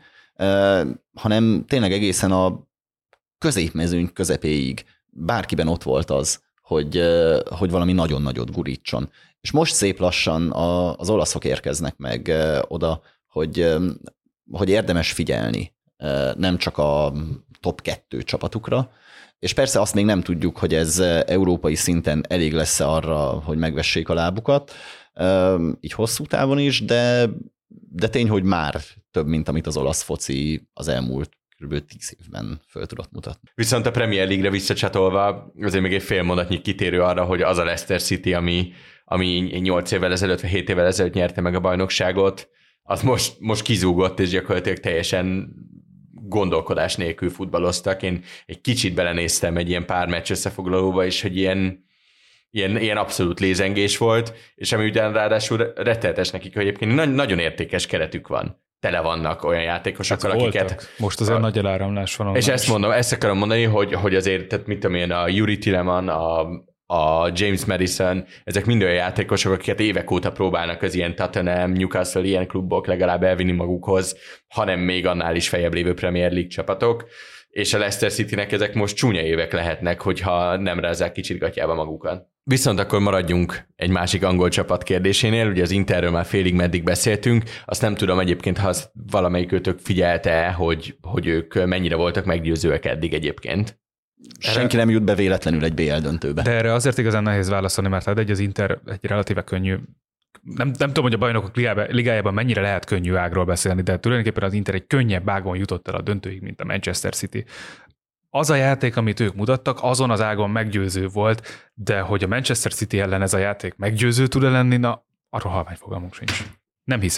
hanem tényleg egészen a középmezőny közepéig bárkiben ott volt az, hogy, hogy valami nagyon nagyot gurítson. És most szép lassan az olaszok érkeznek meg oda, hogy, hogy érdemes figyelni, nem csak a top kettő csapatukra, és persze azt még nem tudjuk, hogy ez európai szinten elég lesz arra, hogy megvessék a lábukat, így hosszú távon is, de, de tény, hogy már több, mint amit az olasz foci az elmúlt kb. tíz évben föl tudott mutatni. Viszont a Premier League-re visszacsatolva azért még egy fél mondatnyi kitérő arra, hogy az a Leicester City, ami, ami nyolc évvel ezelőtt, vagy hét évvel ezelőtt nyerte meg a bajnokságot, az most, most kizúgott, és gyakorlatilag teljesen gondolkodás nélkül futballoztak. Én egy kicsit belenéztem egy ilyen pár meccs összefoglalóba, és hogy ilyen Ilyen, ilyen abszolút lézengés volt, és ami ugyan ráadásul rettenetes nekik, hogy egyébként nagyon értékes keretük van. Tele vannak olyan játékosokkal, hát akiket... Voltak. Most azért a, nagy eláramlás van. És ezt mondom, ezt akarom mondani, hogy, hogy azért, tehát mit tudom én, a Yuri Tilleman, a, a James Madison, ezek mind olyan játékosok, akiket évek óta próbálnak az ilyen Tottenham, Newcastle, ilyen klubok legalább elvinni magukhoz, hanem még annál is feljebb lévő Premier League csapatok, és a Leicester Citynek ezek most csúnya évek lehetnek, hogyha nem rázzák kicsit gatyába magukat. Viszont akkor maradjunk egy másik angol csapat kérdésénél, ugye az Interről már félig meddig beszéltünk, azt nem tudom egyébként, ha valamelyikőtök figyelte, hogy, hogy ők mennyire voltak meggyőzőek eddig egyébként. Senki nem jut be véletlenül egy bé el döntőbe. De erre azért igazán nehéz válaszolni, mert hát egy az Inter egy relatíve könnyű, nem, nem tudom, hogy a bajnokok ligájában mennyire lehet könnyű ágról beszélni, de tulajdonképpen az Inter egy könnyebb ágon jutott el a döntőig, mint a Manchester City. Az a játék, amit ők mutattak, azon az ágon meggyőző volt, de hogy a Manchester City ellen ez a játék meggyőző tud lenni, na, arról halvány fogalmunk sincs. Nem hiszem.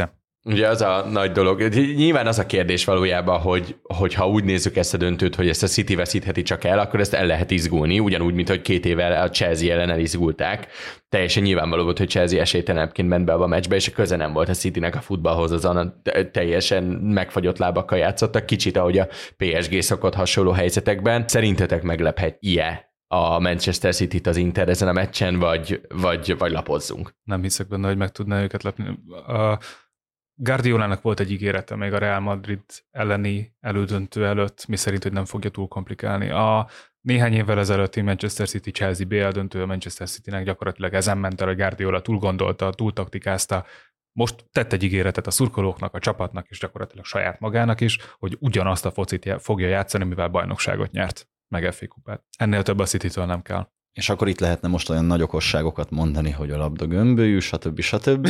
Ugye az a nagy dolog. Nyilván az a kérdés valójában, hogy, hogy ha úgy nézzük ezt a döntőt, hogy ezt a City veszítheti csak el, akkor ezt el lehet izgulni, ugyanúgy, mint hogy két évvel a Chelsea ellen elizgulták. Teljesen nyilvánvaló volt, hogy Chelsea esélytelenebbként ment be a meccsbe, és köze nem volt a Citynek a futballhoz, azon teljesen megfagyott lábakkal játszottak, kicsit ahogy a pé es gé szokott hasonló helyzetekben. Szerintetek meglephet ilyen a Manchester City-t az Inter ezen a meccsen, vagy, vagy, vagy lapozzunk? Nem hiszek benne, hogy meg tudná őket lepni. A Guardiolának volt egy ígérete még a Real Madrid elleni elődöntő előtt, mi szerint, hogy nem fogja túl komplikálni. A néhány évvel ezelőtti Manchester City-Chelsea bé el döntő a Manchester Citynek gyakorlatilag ezen ment el, hogy Guardiola túl gondolta, túl taktikázta. Most tett egy ígéretet a szurkolóknak, a csapatnak és gyakorlatilag saját magának is, hogy ugyanazt a focit fogja játszani, mivel bajnokságot nyert, meg ef á kupát. Ennél több a Citytől nem kell. És akkor itt lehetne most olyan nagy okosságokat mondani, hogy a labda gömbölyű, stb. stb.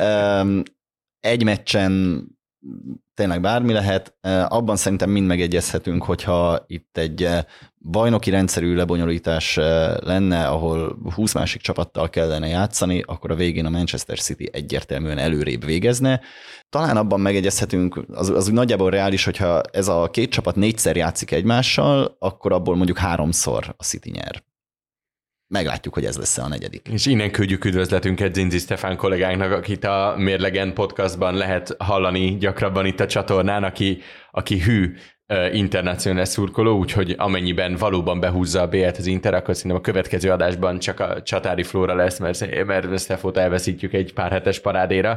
Egy meccsen tényleg bármi lehet. Abban szerintem mind megegyezhetünk, hogyha itt egy bajnoki rendszerű lebonyolítás lenne, ahol húsz másik csapattal kellene játszani, akkor a végén a Manchester City egyértelműen előrébb végezne. Talán abban megegyezhetünk, az, az úgy nagyjából reális, hogyha ez a két csapat négyszer játszik egymással, akkor abból mondjuk háromszor a City nyer. Meglátjuk, hogy ez lesz a negyedik. És innen küldjük üdvözletünket Zinzi Stefán kollégánknak, akit a Mérlegen podcastban lehet hallani gyakrabban itt a csatornán, aki, aki hű uh, internacionális szurkoló, úgyhogy amennyiben valóban behúzza a bé el-t az Inter, akkor szerintem a következő adásban csak a csatári Flóra lesz, mert, mert Stefót elveszítjük egy pár hetes parádéra.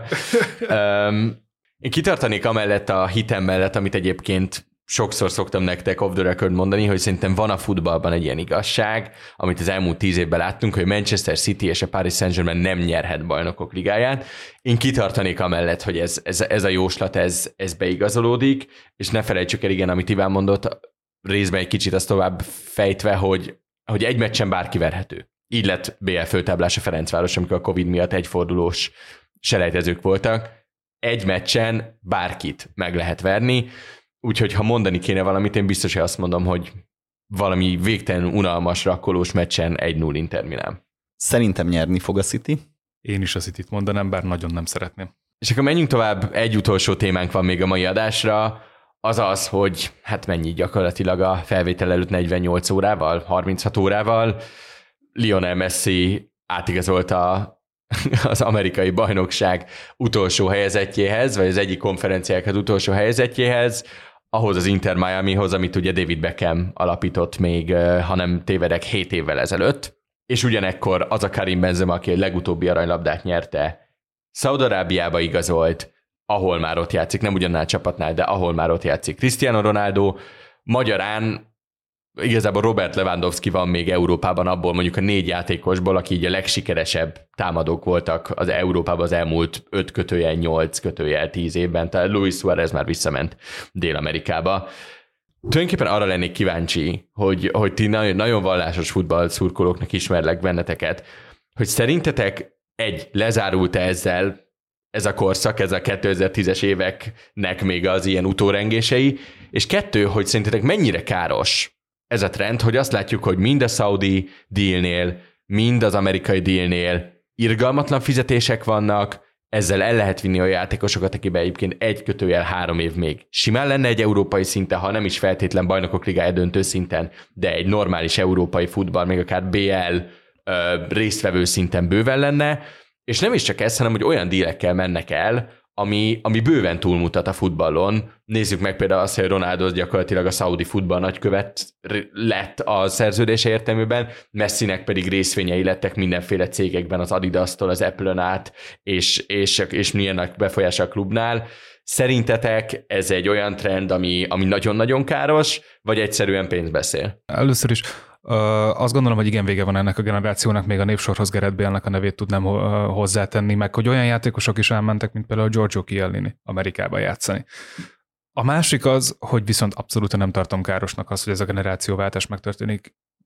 um, én kitartanék amellett a hitem mellett, amit egyébként sokszor szoktam nektek off the record mondani, hogy szerintem van a futballban egy ilyen igazság, amit az elmúlt tíz évben láttunk, hogy Manchester City és a Paris Saint-Germain nem nyerhet bajnokok ligáját. Én kitartanék amellett, hogy ez, ez, ez a jóslat, ez, ez beigazolódik, és ne felejtsük el, igen, amit Iván mondott, részben egy kicsit azt tovább fejtve, hogy, hogy egy meccsen bárki verhető. Így lett bé el főtáblás a Ferencváros, amikor a Covid miatt egyfordulós selejtezők voltak. Egy meccsen bárkit meg lehet verni. Úgyhogy ha mondani kéne valamit, én biztos, hogy azt mondom, hogy valami végtelen unalmas, rakkolós meccsen egy null Inter Milán. Szerintem nyerni fog a City. Én is a Cityt mondanám, bár nagyon nem szeretném. És akkor menjünk tovább, egy utolsó témánk van még a mai adásra, az az, hogy hát mennyi gyakorlatilag a felvétel előtt negyvennyolc órával, harminchat órával Lionel Messi átigazolta az amerikai bajnokság utolsó helyezettjéhez, vagy az egyik konferenciákat utolsó helyezettjéhez, ahhoz az Inter Miamihoz, amit ugye David Beckham alapított még, ha nem tévedek, hét évvel ezelőtt. És ugyanekkor az a Karim Benzema, aki a legutóbbi aranylabdát nyerte, Szaúd-Arábiába igazolt, ahol már ott játszik, nem ugyannál a csapatnál, de ahol már ott játszik Cristiano Ronaldo. Magyarán igazából Robert Lewandowski van még Európában abból mondjuk a négy játékosból, aki így a legsikeresebb támadók voltak az Európában az elmúlt öt kötőjel nyolc kötőjel tíz évben, tehát Luis Suárez már visszament Dél-Amerikába. Tulajdonképpen arra lennék kíváncsi, hogy, hogy ti nagyon, nagyon vallásos futball szurkolóknak ismerlek benneteket, hogy szerintetek egy, lezárult-e ezzel ez a korszak, ez a kétezer-tízes éveknek még az ilyen utórengései, és kettő, hogy szerintetek mennyire káros ez a trend, hogy azt látjuk, hogy mind a szaudi dealnél, mind az amerikai dealnél irgalmatlan fizetések vannak, ezzel el lehet vinni a játékosokat, akiben egyébként egy kötőjel három év még simán lenne egy európai szinten, ha nem is feltétlen bajnokok ligája döntő szinten, de egy normális európai futball, még akár bé el ö, résztvevő szinten bőven lenne, és nem is csak ez, hanem hogy olyan dílekkel mennek el, ami, ami bőven túlmutat a futballon. Nézzük meg például azt, hogy Ronaldo gyakorlatilag a szaudi futball nagykövet lett a szerződése értelműben, Messinek pedig részvényei lettek mindenféle cégekben, az Adidas-tól az Apple-ön át, és, és, és milyen nagy befolyása a klubnál. Szerintetek ez egy olyan trend, ami, ami nagyon-nagyon káros, vagy egyszerűen pénz beszél? Először is Uh, azt gondolom, hogy igen, vége van ennek a generációnak, még a névsorhoz Gareth Bale-nek a nevét tudnám uh, hozzátenni, meg hogy olyan játékosok is elmentek, mint például Giorgio Chiellini Amerikába játszani. A másik az, hogy viszont abszolút nem tartom károsnak az, hogy ez a generációváltás megtörténik.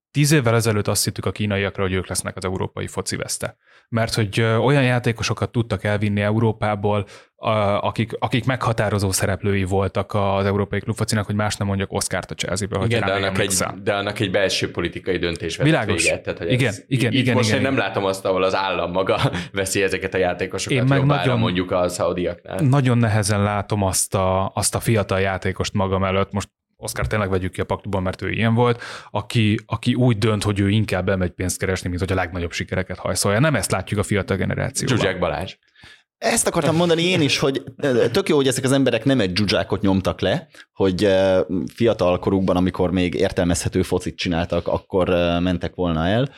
Tíz évvel ezelőtt azt hittük a kínaiakra, hogy ők lesznek az európai foci veszte. Mert hogy olyan játékosokat tudtak elvinni Európából, akik, akik meghatározó szereplői voltak az európai klubfocinak, hogy más nem mondjak, Oszkárt a Chelsea-be. Igen, de annak, egy, de annak egy belső politikai döntés vetett véget. Tehát, hogy igen, ez, igen, így igen. Most igen, én nem igen. látom azt, ahol az állam maga veszi ezeket a játékosokat én meg jobbára, nagyon, mondjuk a szaudiaknál. Nagyon nehezen látom azt a, azt a fiatal játékost magam előtt, most Oszkár tényleg vegyük ki a pakliból, mert ő ilyen volt, aki, aki úgy dönt, hogy ő inkább elmegy pénzt keresni, mint hogy a legnagyobb sikereket hajszolja. Nem ezt látjuk a fiatal generációban. Zsuzsák Balázs. Ezt akartam mondani én is, hogy tök jó, hogy ezek az emberek nem egy dzsuzsákot nyomtak le, hogy fiatal korukban, amikor még értelmezhető focit csináltak, akkor mentek volna el.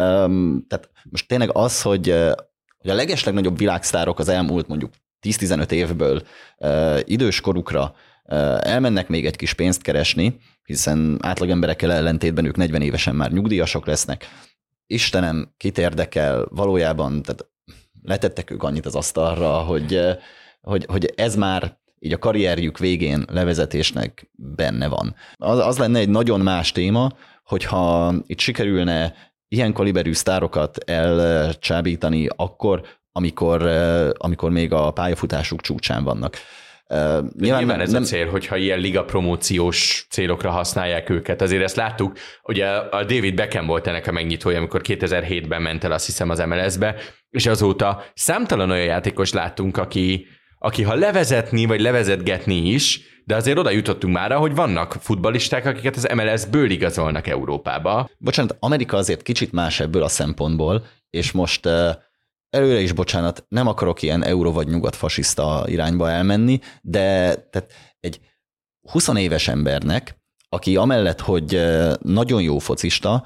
Tehát most tényleg az, hogy, hogy a legeslegnagyobb világsztárok az elmúlt mondjuk tíz-tizenöt évből idős korukra elmennek még egy kis pénzt keresni, hiszen átlagemberekkel ellentétben ők negyven évesen már nyugdíjasok lesznek. Istenem, kit érdekel valójában, tehát letettek ők annyit az asztalra, hogy, hogy, hogy ez már így a karrierjük végén levezetésnek benne van. Az, az lenne egy nagyon más téma, hogyha itt sikerülne ilyen kaliberű sztárokat elcsábítani akkor, amikor, amikor még a pályafutásuk csúcsán vannak. Uh, nyilván, nyilván ez nem... a cél, hogyha ilyen liga promóciós célokra használják őket. Azért ezt láttuk, ugye a David Beckham volt ennek a megnyitója, amikor kétezer-hétben ment el azt hiszem az em el es-be, és azóta számtalan olyan játékos láttunk, aki, aki ha levezetni, vagy levezetgetni is, de azért oda jutottunk már, hogy vannak futballisták, akiket az em el es-ből igazolnak Európába. Bocsánat, Amerika azért kicsit más ebből a szempontból, és most uh... előre is, bocsánat, nem akarok ilyen euró vagy nyugatfasiszta irányba elmenni, de tehát egy húsz éves embernek, aki amellett, hogy nagyon jó focista,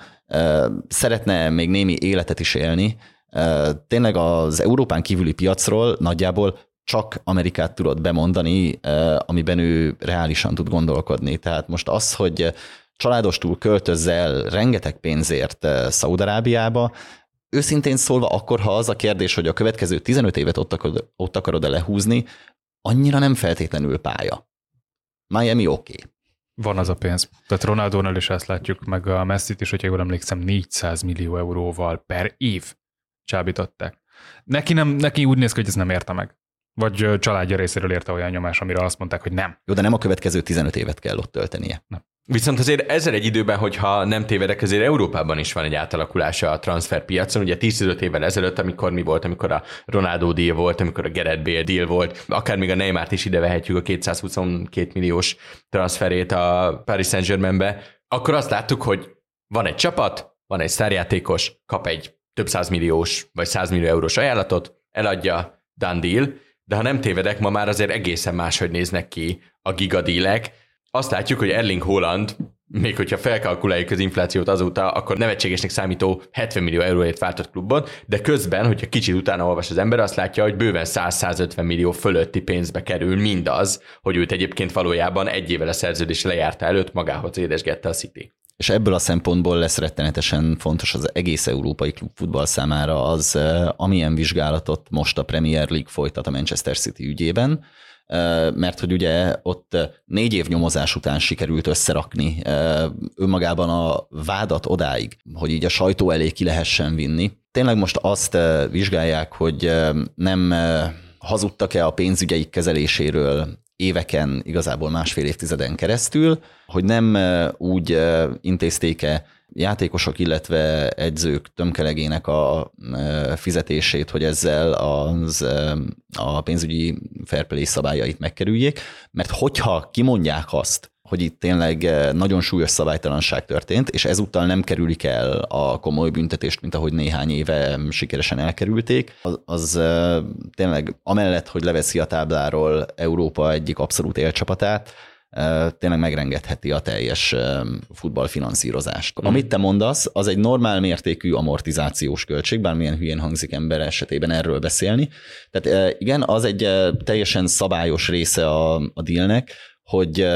szeretne még némi életet is élni, tényleg az Európán kívüli piacról nagyjából csak Amerikát tudod bemondani, amiben ő reálisan tud gondolkodni. Tehát most az, hogy családostul költözzel rengeteg pénzért Szaúd-Arábiába, őszintén szólva akkor, ha az a kérdés, hogy a következő tizenöt évet ott, akarod, ott akarod-e lehúzni, annyira nem feltétlenül pálya. Miami oké. Okay. Van az a pénz. Tehát Ronaldónál is ezt látjuk, meg a Messit is, hogyha jól emlékszem, négyszáz millió euróval per év csábították. Neki, nem, neki úgy néz ki, hogy ez nem érte meg. Vagy családja részéről érte olyan nyomás, amire azt mondták, hogy nem. Jó, de nem a következő tizenöt évet kell ott töltenie. Nem. Viszont azért ezzel egy időben, hogyha nem tévedek, azért Európában is van egy átalakulása a transferpiacon. Ugye tíz-tizenöt évvel ezelőtt, amikor mi volt, amikor a Ronaldo deal volt, amikor a Gareth Bale deal volt, akár még a Neymart is ide vehetjük a kétszázhuszonkettő milliós transferét a Paris Saint-Germainbe, akkor azt láttuk, hogy van egy csapat, van egy sztárjátékos, kap egy több százmilliós vagy százmillió eurós ajánlatot, eladja, done deal, de ha nem tévedek, ma már azért egészen máshogy néznek ki a gigadílek. Azt látjuk, hogy Erling Haaland, még hogyha felkalkuláljuk az inflációt azóta, akkor nevetségesnek számító hetven millió euróért váltott klubban, de közben, hogyha kicsit utána olvas az ember, azt látja, hogy bőven száz-százötven millió fölötti pénzbe kerül mindaz, hogy őt egyébként valójában egy évvel a szerződés lejárta előtt magához édesgette a City. És ebből a szempontból lesz rettenetesen fontos az egész európai klubfutball számára az, amilyen vizsgálatot most a Premier League folytat a Manchester City ügyében, mert hogy ugye ott négy év nyomozás után sikerült összerakni önmagában a vádat odáig, hogy így a sajtó elé ki lehessen vinni. Tényleg most azt vizsgálják, hogy nem hazudtak-e a pénzügyeik kezeléséről éveken, igazából másfél évtizeden keresztül, hogy nem úgy intézték-e játékosok, illetve edzők tömkelegének a fizetését, hogy ezzel az, a pénzügyi fair play szabályait megkerüljék, mert hogyha kimondják azt, hogy itt tényleg nagyon súlyos szabálytalanság történt, és ezúttal nem kerülik el a komoly büntetést, mint ahogy néhány éve sikeresen elkerülték, az, az tényleg amellett, hogy leveszi a tábláról Európa egyik abszolút élcsapatát, tényleg megrengetheti a teljes futballfinanszírozást. Mm. Amit te mondasz, az egy normál mértékű amortizációs költség, bármilyen hülyén hangzik ember esetében erről beszélni. Tehát igen, az egy teljesen szabályos része a, a dealnek, hogy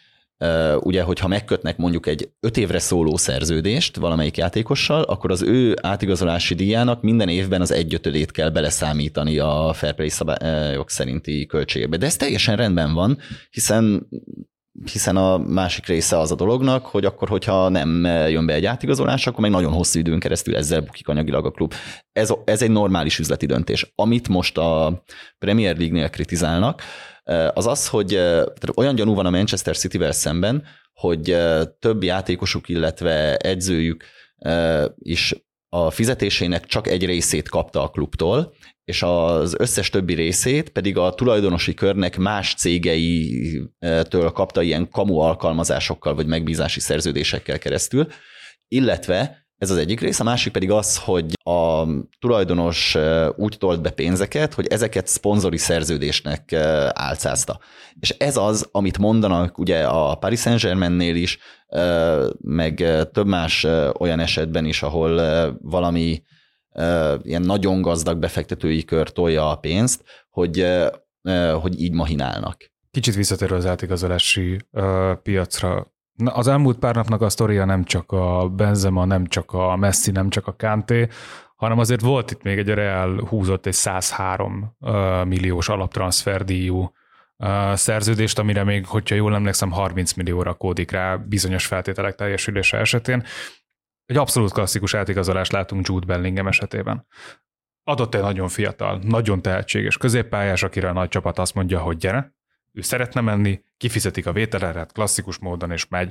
ugye, hogyha megkötnek mondjuk egy öt évre szóló szerződést valamelyik játékossal, akkor az ő átigazolási díjának minden évben az egyötödét kell beleszámítani a fair play szabályok szerinti költségebe. De ez teljesen rendben van, hiszen hiszen a másik része az a dolognak, hogy akkor, hogyha nem jön be egy átigazolás, akkor meg nagyon hosszú időn keresztül ezzel bukik anyagilag a klub. Ez, ez egy normális üzleti döntés. Amit most a Premier League-nél kritizálnak, az az, hogy olyan gyanú van a Manchester Cityvel szemben, hogy több játékosuk, illetve edzőjük is a fizetésének csak egy részét kapta a klubtól, és az összes többi részét pedig a tulajdonosi körnek más cégeitől kapta ilyen kamu alkalmazásokkal vagy megbízási szerződésekkel keresztül, illetve ez az egyik rész, a másik pedig az, hogy a tulajdonos úgy tolt be pénzeket, hogy ezeket szponzori szerződésnek álcázta. És ez az, amit mondanak ugye a Paris Saint-Germainnél is, meg több más olyan esetben is, ahol valami ilyen nagyon gazdag befektetői kör tolja a pénzt, hogy, hogy így mahinálnak. Kicsit visszatérő az átigazolási uh, piacra. Na, az elmúlt pár napnak a sztoria nem csak a Benzema, nem csak a Messi, nem csak a Kanté, hanem azért volt itt még egy Real húzott egy száz három uh, milliós alaptranszferdíjú uh, szerződést, amire még, hogyha jól emlékszem, harminc millióra kódik rá bizonyos feltételek teljesülése esetén. Egy abszolút klasszikus átigazolást látunk Jude Bellingham esetében. Adott egy nagyon fiatal, nagyon tehetséges középpályás, akire a nagy csapat azt mondja, hogy gyere, ő szeretne menni, kifizetik a vételeret klasszikus módon, és megy.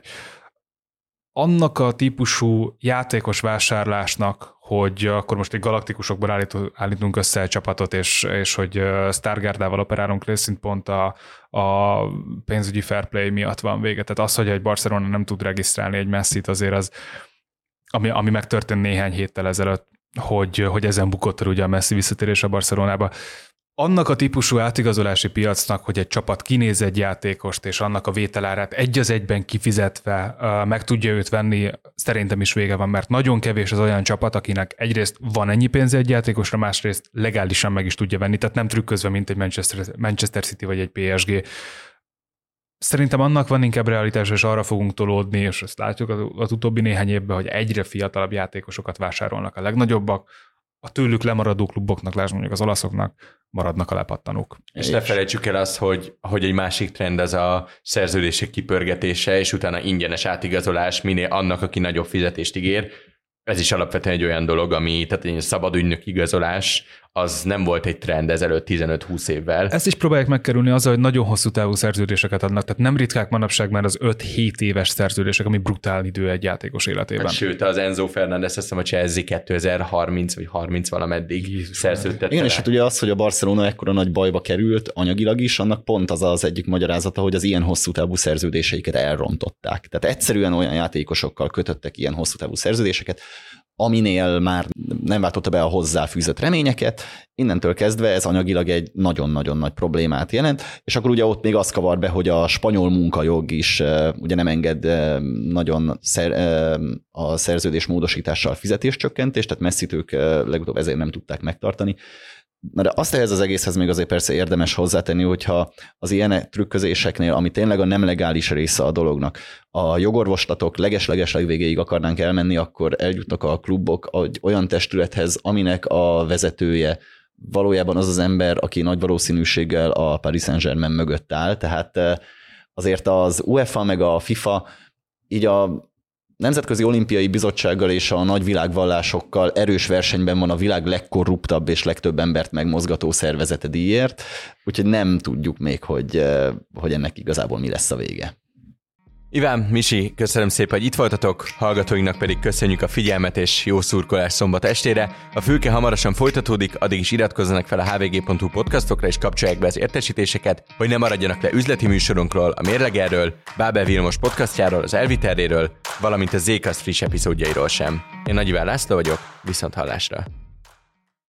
Annak a típusú játékos vásárlásnak, hogy akkor most egy galaktikusokból állítunk össze egy csapatot, és, és hogy Stargardával operálunk részint pont a, a pénzügyi fair play miatt van vége. Tehát az, hogy egy Barcelona nem tud regisztrálni egy Messit, azért az, ami, ami megtörtént néhány héttel ezelőtt, hogy, hogy ezen bukott el ugye a Messi visszatérés a Barcelonába. Annak a típusú átigazolási piacnak, hogy egy csapat kinéz egy játékost, és annak a vételárát egy az egyben kifizetve meg tudja őt venni, szerintem is vége van, mert nagyon kevés az olyan csapat, akinek egyrészt van ennyi pénze egy játékosra, másrészt legálisan meg is tudja venni, tehát nem trükközve, mint egy Manchester, Manchester City vagy egy pé es gé. Szerintem annak van inkább realitása, és arra fogunk tolódni, és ezt látjuk az utóbbi néhány évben, hogy egyre fiatalabb játékosokat vásárolnak a legnagyobbak, a tőlük lemaradó kluboknak, lásd mondjuk az olaszoknak, maradnak a lepattanók. És ne felejtsük el azt, hogy, hogy egy másik trend az a szerződések kipörgetése, és utána ingyenes átigazolás minél annak, aki nagyobb fizetést ígér. Ez is alapvetően egy olyan dolog, ami, tehát egy szabad ügynök igazolás, az nem volt egy trend ezelőtt tizenöt-húsz évvel. Ezt is próbálják megkerülni azzal, hogy nagyon hosszú távú szerződéseket adnak, tehát nem ritkák manapság már az öt-hét éves szerződések, ami brutál idő egy játékos életében. Hát, sőt, az Enzo Fernández, azt hiszem, a Chelsea kétezer-harminc vagy harminc valameddig szerződtette. Igen, és hát ugye az, hogy a Barcelona ekkora nagy bajba került anyagilag is, annak pont az az egyik magyarázata, hogy az ilyen hosszú távú szerződéseiket elrontották. Tehát egyszerűen olyan játékosokkal kötöttek ilyen hosszú távú szerződéseket, aminél már nem váltotta be a hozzáfűzött reményeket, innentől kezdve ez anyagilag egy nagyon-nagyon nagy problémát jelent, és akkor ugye ott még az kavar be, hogy a spanyol munkajog is ugye nem enged nagyon szer, a szerződés módosítással fizetéscsökkentést, tehát Messit ők legutóbb ezért nem tudták megtartani. Na de azt ehhez az egészhez még azért persze érdemes hozzátenni, hogyha az ilyen trükközéseknél, ami tényleg a nem legális része a dolognak, a jogorvoslatok leges-legesleg végéig akarnánk elmenni, akkor eljutnak a klubok egy olyan testülethez, aminek a vezetője valójában az az ember, aki nagy valószínűséggel a Paris Saint-Germain mögött áll, tehát azért az UEFA meg a FIFA így a Nemzetközi Olimpiai Bizottsággal és a nagy világvallásokkal erős versenyben van a világ legkorruptabb és legtöbb embert megmozgató szervezete díjért, úgyhogy nem tudjuk még, hogy, hogy ennek igazából mi lesz a vége. Iván, Misi, köszönöm szépen, hogy itt voltatok, hallgatóinknak pedig köszönjük a figyelmet és jó szurkolás szombat estére. A Fülke hamarosan folytatódik, addig is iratkozzanak fel a há vé gé pont hú podcastokra és kapcsolják be az értesítéseket, hogy ne maradjanak le üzleti műsorunkról, a Mérlegerről, Bábel Vilmos podcastjáról, az Elviterréről, valamint a Zcast friss epizódjairól sem. Én Nagy Iván László vagyok, viszont hallásra.